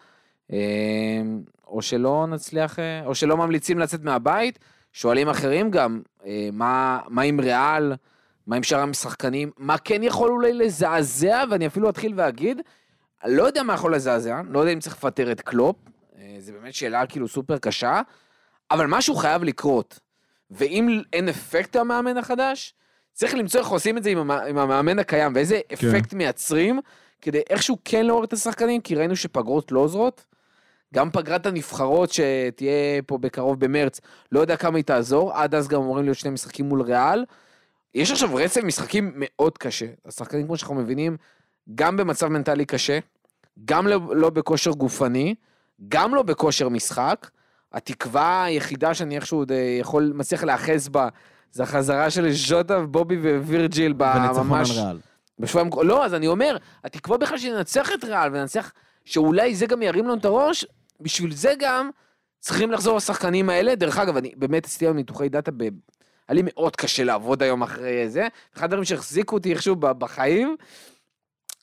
או שלא נצליח, או שלא ממליצים לצאת מהבית, שואלים אחרים גם, מה, מה עם ריאל, מה עם שאר המשחקנים, מה כן יכול אולי לזעזע, ואני אפילו אתחיל ואגיד, לא יודע מה יכול לזעזע, לא יודע אם צריך לפטר את קלופ, זה באמת שאלה כאילו סופר קשה, אבל משהו חייב לקרות, ואם אין אפקט המאמן החדש, צריך למצוא איך עושים את זה עם, עם המאמן הקיים, ואיזה אפקט מייצרים, כדי איכשהו כן לעורר את השחקנים, כי ראינו שפגרות לא עוזרות, גם פגרת הנבחרות שתהיה פה בקרוב במרץ, לא יודע כמה היא תעזור, עד אז גם אמורים להיות שני משחקים מול ריאל, יש עכשיו רצף משחקים מאוד קשה, השחקנים כמו שאנחנו מבינים, גם במצב מנטלי קשה, גם לא, לא בכושר גופני, גם לא בכושר משחק, התקווה היחידה שאני איכשהו יכול, מצליח לאחז בה, זה החזרה של ז'וטה, בובי ווירג'יל, ממש... בשבועיים... לא, אז אני אומר, התקווה בכלל שננצח את ריאל, וננצח שאולי זה גם ירים לנו את הראש, בשביל זה גם צריכים לחזור לשחקנים האלה, דרך אגב, אני באמת עשיתי היום ניתוחי דאטה, ב... היה לי מאוד קשה לעבוד היום אחרי זה, אחד הדברים שהחזיקו אותי איכשהו בחיים,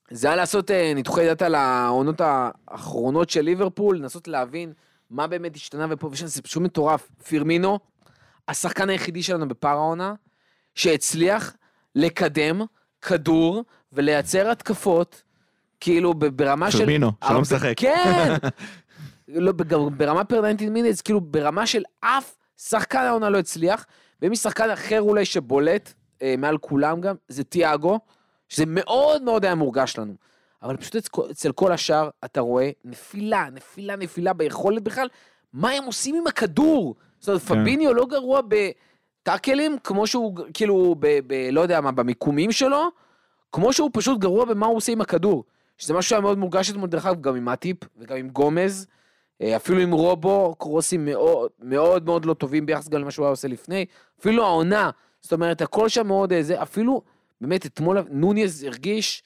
זה היה לעשות ניתוחי דאטה לעונות האחרונות של ליברפול, לנסות להבין מה באמת השתנה ופה ושם, זה פשוט מטורף. פירמינו, השחקן היחידי שלנו בפער העונה, שהצליח לקדם כדור ולייצר התקפות, כאילו ברמה של... פירמינו, שלא משחק. כן! לא, ברמה פר תשעים מינטס, כאילו ברמה של אף שחקן העונה לא הצליח, ומי שחקן אחר אולי שבולט, אה, מעל כולם גם, זה תיאגו, שזה מאוד מאוד היה מורגש לנו. אבל פשוט אצל כל השאר אתה רואה נפילה, נפילה, נפילה ביכולת בכלל, מה הם עושים עם הכדור? זאת אומרת, פביניו לא גרוע בטאקלים, כמו שהוא, כאילו, ב, ב, לא יודע מה, במיקומים שלו, כמו שהוא פשוט גרוע במה הוא עושה עם הכדור. שזה משהו שהיה מאוד מורגש אתמול, דרך אגב, גם עם מאטיפ וגם עם גומז, אפילו עם רובו, קרוסים מאוד מאוד מאוד לא טובים ביחס גם למה שהוא היה עושה לפני, אפילו העונה, זאת אומרת, הכל שם מאוד, זה, אפילו, באמת, אתמול נוניז הרגיש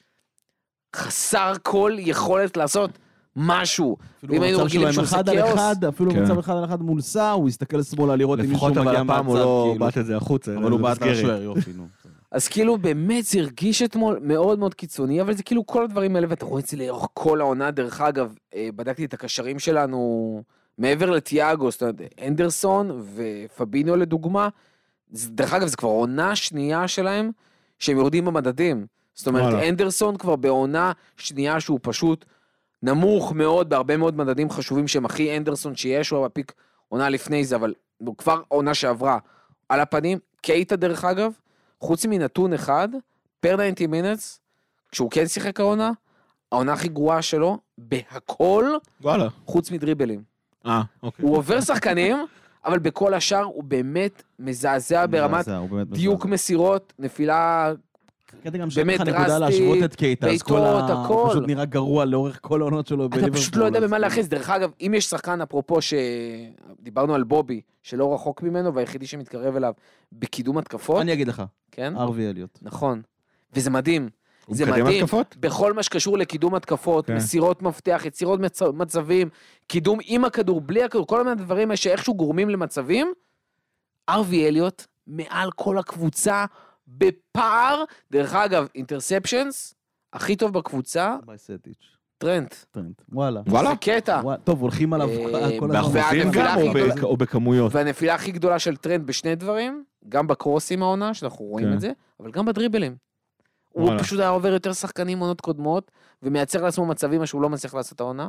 חסר כל יכולת לעשות משהו. אפילו במצב שלהם אחד על אחד, אפילו במצב אחד על אחד מול סע, הוא הסתכל שמאלה לראות אם מישהו מגיע מהצד. לפחות אבל הפעם הוא לא בעט את זה החוצה. אבל הוא בעט לשוער, יופי, נו. אז כאילו באמת זה הרגיש אתמול מאוד מאוד קיצוני, אבל זה כאילו כל הדברים האלה, ואתה רואה את זה לאורך כל העונה, דרך אגב, בדקתי את הקשרים שלנו, מעבר לתיאגו, זאת אומרת, אנדרסון ופביניו לדוגמה, דרך אגב זה כבר עונה שנייה שלהם, שהם יורדים במדדים, זאת אומרת, אנדרסון כבר בעונה שנייה שהוא פשוט נמוך מאוד, בהרבה מאוד מדדים חשובים שהם הכי אנדרסון שיש, הוא הפיק עונה לפני זה, אבל הוא כבר עונה שעברה על הפנים, קייטה דרך אגב, חוץ מנתון אחד, פר תשעים מינטס, כשהוא כן שיחק העונה, העונה הכי גרועה שלו, בהכל, וואלה. חוץ מדריבלים. אה, אוקיי. הוא עובר שחקנים, אבל בכל השאר הוא באמת מזעזע ברמת דיוק מסירות, נפילה קטע גם שאין לך נקודה להשוות את קייטה, אז כל ה... הכל. פשוט נראה גרוע לאורך כל העונות שלו בליברפול. אתה פשוט לא יודע במה להכניס. דרך אגב, אם יש שחקן, אפרופו שדיברנו על בובי, שלא רחוק ממנו, והיחידי שמתקרב אליו בקידום התקפות. אני אגיד לך, כן? ארווי אליוט. נכון. וזה מדהים. הוא זה מקדם מדהים. התקפות? בכל מה שקשור לקידום התקפות, כן. מסירות מפתח, יצירות מצ... מצבים, קידום עם הכדור, בלי הכדור, כל מיני דברים שאיכשהו גורמים למצבים, ארווי אליוט, מעל כל הקבוצה, בפער, דרך אגב, אינטרספשנס, הכי טוב בקבוצה, טרנט. טרנט, וואלה. וואלה? זה קטע. טוב, הולכים עליו כל הזמן. באחוזים גם או בכמויות? והנפילה הכי גדולה של טרנט בשני דברים, גם בקרוסים העונה, שאנחנו רואים את זה, אבל גם בדריבלים. הוא פשוט היה עובר יותר שחקנים עונות קודמות, ומייצר לעצמו מצבים שהוא לא מצליח לעשות העונה.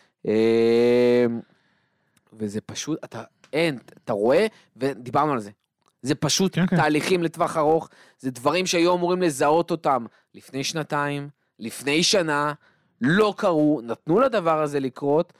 וזה פשוט, אתה, אין, אתה רואה, ודיברנו על זה. זה פשוט כן, תהליכים כן. לטווח ארוך, זה דברים שהיו אמורים לזהות אותם לפני שנתיים, לפני שנה, לא קרו, נתנו לדבר הזה לקרות,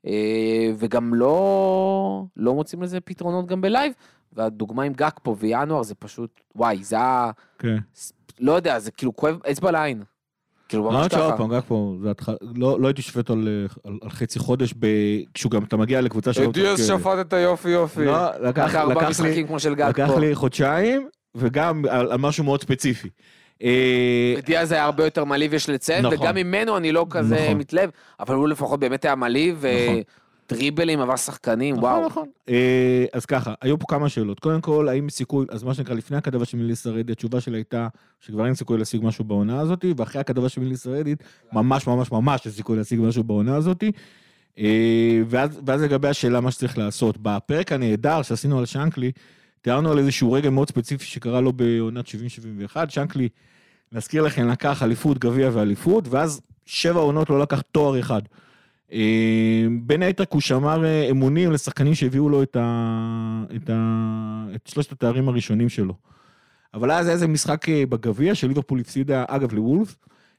וגם לא, לא מוצאים לזה פתרונות גם בלייב, והדוגמה עם גק פה וינואר זה פשוט, וואי, זה היה, כן. לא יודע, זה כאילו כואב אצבע לעין. כאילו ממש ככה. פעם, גק פה, לא, לא הייתי שופט על, על, על חצי חודש, כשהוא גם אתה מגיע לקבוצה שלו. דיוס שפט את היופי יופי. לא, לקח, אחרי ארבע משחקים כמו של גק לקח פה. לקח לי חודשיים, וגם על, על משהו מאוד ספציפי. ודיאז היה הרבה יותר מליב יש לציין, נכון. וגם ממנו אני לא כזה נכון. מתלב, אבל הוא לפחות באמת היה מליב, נכון. טריבלים, עבר שחקנים, נכון, וואו. נכון. אז ככה, היו פה כמה שאלות. קודם כל, האם סיכוי, אז מה שנקרא, לפני הכתבה של מליסה רדיט, התשובה שלה הייתה שכבר אין סיכוי להשיג משהו בעונה הזאת, ואחרי הכתבה של מליסה רדיט, ממש ממש ממש יש סיכוי להשיג משהו בעונה הזאת. ואז, ואז לגבי השאלה מה שצריך לעשות. בפרק הנהדר שעשינו על שנקלי, תיארנו על איזשהו רגע מאוד ספציפי שקרה לו בעונת שבעים שבעים ואחת. שנקלי, נזכיר לכם, לקח אליפות, גביע ואליפות, ואז שבע עונות לא לקח תואר אחד. בין היתר הוא שמר אמונים לשחקנים שהביאו לו את, ה... את, ה... את שלושת התארים הראשונים שלו. אבל אז היה איזה משחק בגביע של ליברפול הפסידה, אגב, לוולף.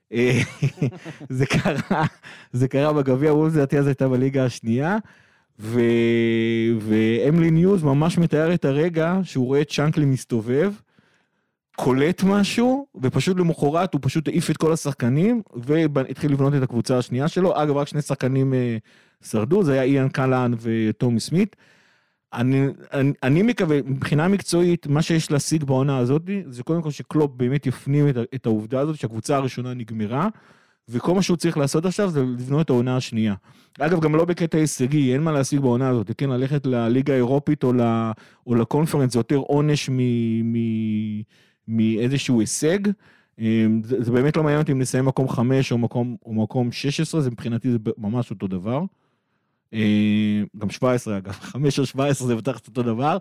זה קרה, זה קרה בגביע, וולף זה אז הייתה בליגה השנייה, ו... ואמלי ניוז ממש מתאר את הרגע שהוא רואה את שנקלי מסתובב, קולט משהו, ופשוט למחרת הוא פשוט העיף את כל השחקנים, והתחיל לבנות את הקבוצה השנייה שלו. אגב, רק שני שחקנים אה, שרדו, זה היה איאן קלאן וטומי סמית. אני, אני, אני מקווה, מבחינה מקצועית, מה שיש להשיג בעונה הזאת, זה קודם כל שקלופ באמת יפנים את, את העובדה הזאת, שהקבוצה הראשונה נגמרה, וכל מה שהוא צריך לעשות עכשיו זה לבנות את העונה השנייה. אגב, גם לא בקטע הישגי, אין מה להשיג בעונה הזאת, כן, ללכת לליגה האירופית או, ל, או לקונפרנס, זה יותר עונש מ... מ מאיזשהו הישג, זה, זה באמת לא מעניין אותי אם נסיים מקום חמש או מקום, או מקום שש עשרה, זה מבחינתי זה ממש אותו דבר. גם שבע עשרה אגב, חמש או שבע עשרה זה בטח אותו דבר.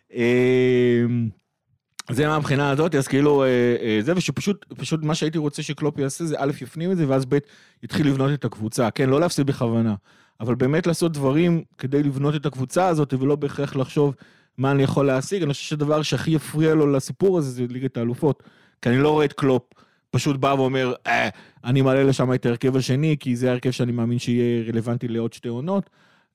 זה מה מבחינה הזאת, אז כאילו זה, ושפשוט פשוט מה שהייתי רוצה שקלופ יעשה זה א' יפנים את זה, ואז ב' יתחיל לבנות את הקבוצה, כן, לא להפסיד בכוונה, אבל באמת לעשות דברים כדי לבנות את הקבוצה הזאת, ולא בהכרח לחשוב מה אני יכול להשיג. אני חושב שדבר שהכי יפריע לו לסיפור הזה, זה ליגת האלופות, כי אני לא רואה את קלופ פשוט בא ואומר, אה, אני מעלה לשם את ההרכב השני, כי זה ההרכב שאני מאמין שיהיה רלוונטי לעוד שתי עונות,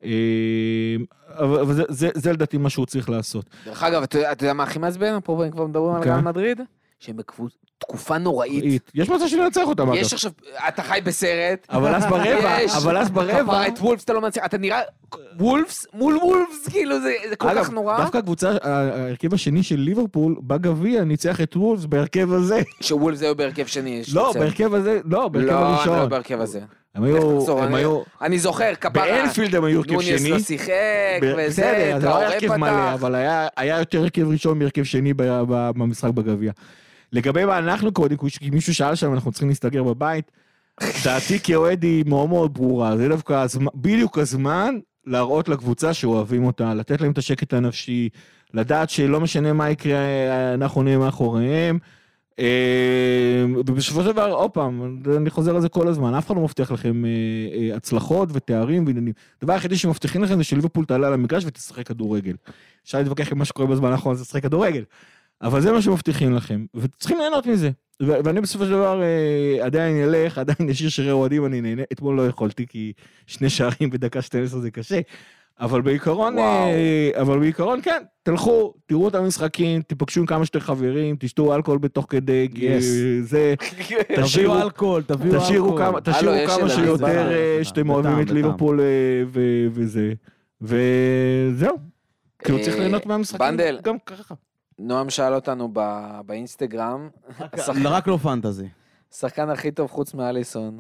אבל זה, זה, זה לדעתי מה שהוא צריך לעשות. דרך אגב, אתה יודע מה הכי מעצבן? פה כבר מדברים על ריאל מדריד, שהם בתקופה נוראית. יש מצב שננצח אותם, אגב. יש עכשיו, אתה חי בסרט. אבל אז ברבע, אבל אז ברבע. את וולפס אתה לא מנצח, אתה נראה וולפס מול וולפס, כאילו זה כל כך נורא. דווקא הקבוצה, ההרכב השני של ליברפול, בגביע, ניצח את וולפס בהרכב הזה. שוולפס היו בהרכב שני. לא, בהרכב הזה, לא, בהרכב הראשון. לא, בהרכב הזה. הם היו, הם היו... אני זוכר, כפרה. באנפילד הם היו הרכב שני. נוניס לא שיחק, וזה, זה לא הרכב מלא, אבל היה יותר הרכב ראשון מהרכב שני במשחק בגביע. לגבי מה אנחנו קודם, כי מישהו שאל שם, אנחנו צריכים להסתגר בבית, דעתי כאוהד היא מאוד מאוד ברורה, זה דווקא בדיוק הזמן להראות לקבוצה שאוהבים אותה, לתת להם את השקט הנפשי, לדעת שלא משנה מה יקרה, אנחנו נהיה מאחוריהם, ובסופו של דבר, עוד פעם, אני חוזר על זה כל הזמן, אף אחד לא מבטיח לכם הצלחות ותארים ועניינים. הדבר היחידי שמבטיחים לכם זה שליברפול תעלה על המגרש ותשחק כדורגל. אפשר להתווכח עם מה שקורה בזמן האחרון, זה לשחק כדורגל. אבל זה מה שמבטיחים לכם, וצריכים ליהנות מזה. ואני בסופו של דבר עדיין ילך, עדיין ישיר שירי אוהדים, אני נהנה. אתמול לא יכולתי, כי שני שערים בדקה שתים עשרה זה קשה. אבל בעיקרון, אבל בעיקרון כן, תלכו, תראו את המשחקים, תפגשו עם כמה שיותר חברים, תשתו אלכוהול בתוך כדי, זה, תביאו אלכוהול, תביאו אלכוהול. תשאירו כמה שיותר שאתם אוהבים את ליברפול וזה, וזהו. כאילו צריך ליהנות מהמשחקים. בנדל. גם ככה. נועם שאל אותנו באינסטגרם. רק לא פנטזי. שחקן הכי טוב חוץ מאליסון.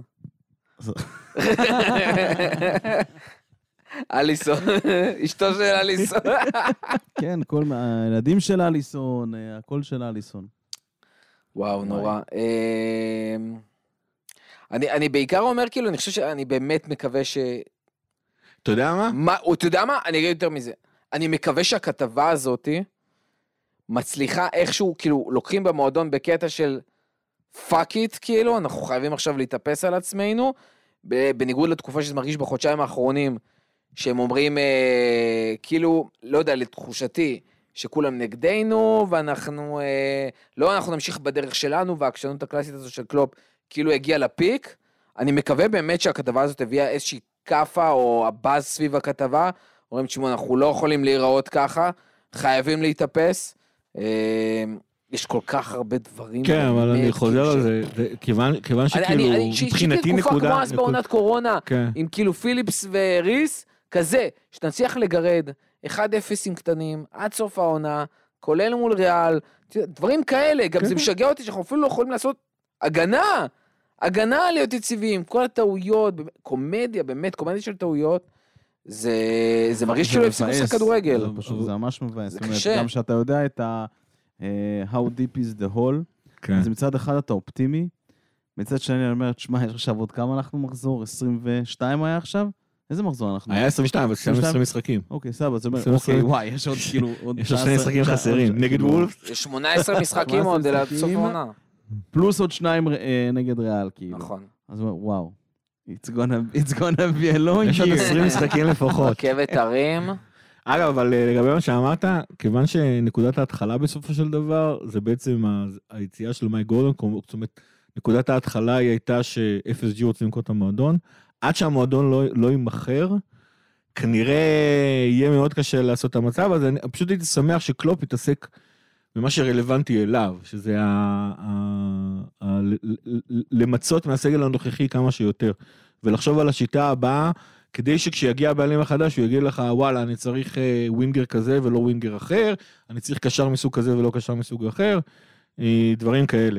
אליסון, אשתו של אליסון. כן, הילדים של אליסון, הכל של אליסון. וואו, נורא. אני בעיקר אומר, כאילו, אני חושב שאני באמת מקווה ש... אתה יודע מה? אתה יודע מה? אני אגיד יותר מזה. אני מקווה שהכתבה הזאת מצליחה איכשהו, כאילו, לוקחים במועדון בקטע של fuck it, כאילו, אנחנו חייבים עכשיו להתאפס על עצמנו, בניגוד לתקופה שזה מרגיש בחודשיים האחרונים, שהם אומרים, אה, כאילו, לא יודע, לתחושתי, שכולם נגדנו, ואנחנו, אה, לא, אנחנו נמשיך בדרך שלנו, והעקשנות הקלאסית הזו של קלופ, כאילו הגיע לפיק. אני מקווה באמת שהכתבה הזאת הביאה איזושהי קפה, או הבאז סביב הכתבה, אומרים, תשמעו, אנחנו לא יכולים להיראות ככה, חייבים להתאפס, אה, יש כל כך הרבה דברים. כן, אבל אני חוזר על זה, כיוון שכאילו, מבחינתי נקודה... תקופה כמו אז בעונת קורונה, עם כאילו פיליפס וריס, כזה, שנצליח לגרד, אחד אפסים קטנים, עד סוף העונה, כולל מול ריאל, דברים כאלה, גם זה משגע אותי שאנחנו אפילו לא יכולים לעשות הגנה, הגנה להיות יציבים, כל הטעויות, קומדיה, באמת, קומדיה של טעויות, זה מרגיש כאילו הפסיקו לשחק כדורגל. זה ממש מבאס, גם שאתה יודע את ה... How deep is the hole, אז מצד אחד אתה אופטימי, מצד שני אני אומר, תשמע, יש עכשיו עוד כמה אנחנו מחזור, עשרים ושתיים היה עכשיו? איזה מחזור אנחנו? היה עשרים ושתיים, אבל שתיים עשרה משחקים. אוקיי, סבבה, זאת אומרת, אוקיי, וואי, יש עוד כאילו... יש עוד שני משחקים חסרים, נגד וולף. יש שמונה עשרה משחקים עוד, אלא סוף העונה. פלוס עוד שניים נגד ריאל, כאילו. נכון. אז וואו, it's gonna be a long year. יש עוד עשרים משחקים לפחות. רכבת הרים. אגב, אבל לגבי מה שאמרת, כיוון שנקודת ההתחלה בסופו של דבר, זה בעצם היציאה של מייק גורדון, זאת אומרת, נקודת ההתחלה היא הייתה ש-אף אס ג'י רוצים למכור את המועדון, עד שהמועדון לא, לא יימחר, כנראה יהיה מאוד קשה לעשות את המצב, אז אני פשוט הייתי שמח שקלופ יתעסק במה שרלוונטי אליו, שזה ה, ה, ה, למצות מהסגל הנוכחי כמה שיותר, ולחשוב על השיטה הבאה, כדי שכשיגיע הבעלים החדש, הוא יגיד לך, וואלה, אני צריך ווינגר כזה ולא ווינגר אחר, אני צריך קשר מסוג כזה ולא קשר מסוג אחר, דברים כאלה.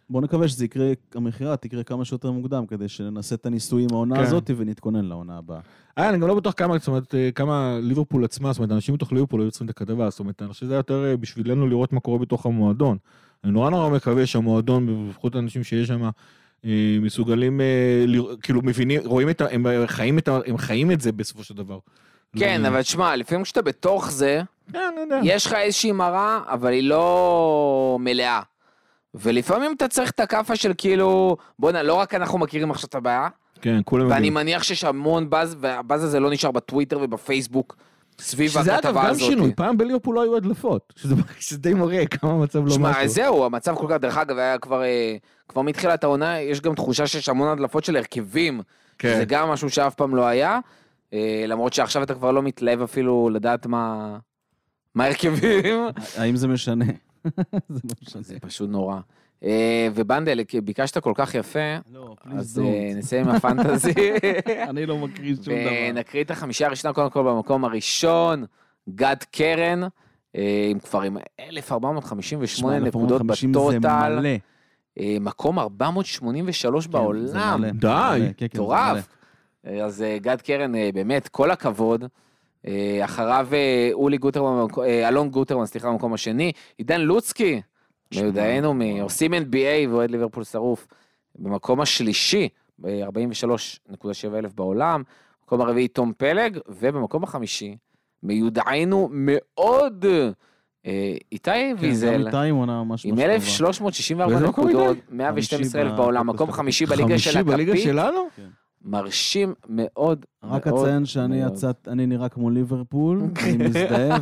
בוא נקווה שזה יקרה, המחירה תקרה כמה שיותר מוקדם, כדי שננסה את הניסויים העונה הזאת ונתכונן לעונה הבאה. אה, אני גם לא בטוח כמה, זאת אומרת, כמה ליברפול עצמה, זאת אומרת, אנשים מתוך ליברפול היו יוצרים את הכתבה, זאת אומרת, אני חושב שזה יותר בשבילנו לראות מה קורה בתוך המועדון. אני נורא נורא מקווה שהמועדון, בפחות האנשים שיש שם, מסוגלים, כאילו, מבינים, רואים את, הם חיים את, הם חיים את זה בסופו של דבר. כן, אבל תשמע, לפעמים כשאתה בתוך זה, יש לך איזושהי מראה, אבל היא לא מלאה. ולפעמים אתה צריך את הכפה של כאילו, בוא נה, לא רק אנחנו מכירים עכשיו את הבעיה, כן, כולם יודעים. ואני מניח שיש המון בז, והבז הזה לא נשאר בטוויטר ובפייסבוק, סביב שזה הכתבה אגב הזאת. גם שינוי, פעם בליברפול לא היו הדלפות, שזה, שזה די מראה כמה המצב לא משהו. שמע, זהו, המצב כל כך, דרך אגב, היה כבר, כבר מתחילת העונה, יש גם תחושה שיש המון הדלפות של הרכבים, כן. זה גם משהו שאף פעם לא היה, למרות שעכשיו אתה כבר לא מתלהב אפילו לדעת מה, מה הרכבים. האם זה משנה? זה לא משנה. זה פשוט נורא. ובנדל, ביקשת כל כך יפה, אז נסיים עם הפנטזי. אני לא מקריא שום דבר. ונקריא את החמישייה הראשונה, קודם כל במקום הראשון, גד קרן, עם כבר עם אלף ארבע מאות חמישים ושמונה נקודות בטוטל, מקום ארבע מאות שמונים ושלוש בעולם. די, טורף. אז גד קרן, באמת, כל הכבוד. אחריו אולי גוטרמן, אלון גוטרמן, סליחה, במקום השני, עידן לוצקי, מיודענו, עושים אן בי איי ואוהד ליברפול שרוף, במקום השלישי, ב-ארבעים ושלוש נקודה שבע אלף בעולם, במקום הרביעי תום פלג, ובמקום החמישי, מיודענו מאוד, איתי ויזל, עם אלף שלוש מאות שישים וארבע נקודות, מאה ושתים עשרה אלף בעולם, מקום חמישי בליגה של הכפית, בליגה שלנו? מרשים מאוד. רק אציין שאני יצאת, אני נראה כמו ליברפול, אני מזדהה,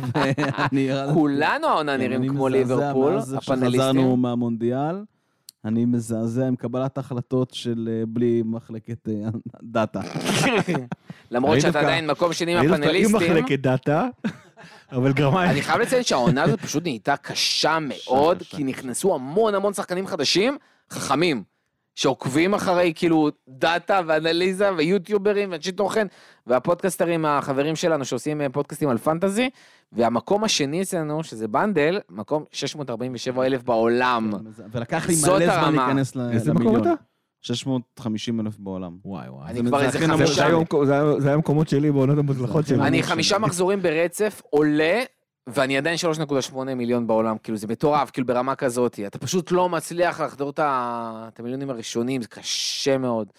כולנו העונה נראים כמו ליברפול, הפאנליסטים. שחזרנו מהמונדיאל, אני מזעזע עם קבלת החלטות של בלי מחלקת דאטה. למרות שאתה עדיין מקום שני עם הפאנליסטים. עם מחלקת דאטה, אבל גרמאי. אני חייב לציין שהעונה הזאת פשוט נהייתה קשה מאוד, כי נכנסו המון המון שחקנים חדשים, חכמים. שעוקבים אחרי כאילו דאטה ואנליזה ויוטיוברים ואנשי תוכן, והפודקאסטרים החברים שלנו שעושים פודקאסטים על פנטזי, והמקום השני אצלנו, שזה בנדל, מקום שש מאות ארבעים ושבע אלף בעולם. ולקח לי מלא זמן להיכנס למיליון. שש מאות וחמישים אלף בעולם. וואי וואי. אני כבר איזה חמישה... זה היה מקומות שלי בעונות המוצלחות שלי. אני חמישה מחזורים ברצף, עולה, ואני עדיין שלוש נקודה שמונה מיליון בעולם, כאילו זה מטורף, כאילו ברמה כזאת, אתה פשוט לא מצליח לחדור את המיליונים הראשונים, זה קשה מאוד.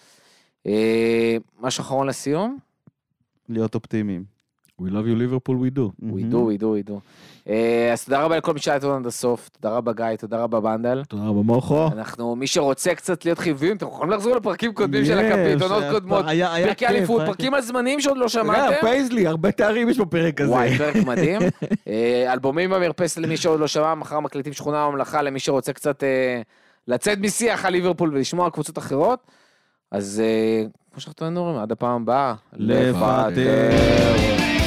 משהו אחרון לסיום? להיות אופטימיים. We love you Liverpool, we do. We do, we do, we do. אז תודה רבה לכל מי שהיה איתנו עד הסוף, תודה רבה גיא, תודה רבה בנדל. תודה רבה מורכו. אנחנו, מי שרוצה קצת להיות חיוביים, אתם יכולים לחזור לפרקים קודמים של הכפית, עונות קודמות, פרקי אליפות, פרקים על זמניים שעוד לא שמעתם. פייזלי, הרבה תארים יש בפרק הזה. וואי, פרק מדהים. אלבומים במרפסת למי שעוד לא שמע, מחר מקליטים שכונה בממלכה למי שרוצה קצת לצאת משיח על ליברפול ולשמוע על קבוצות אחרות. אז כמו שאנחנו אומרים, עד הפעם הבאה, לפטר.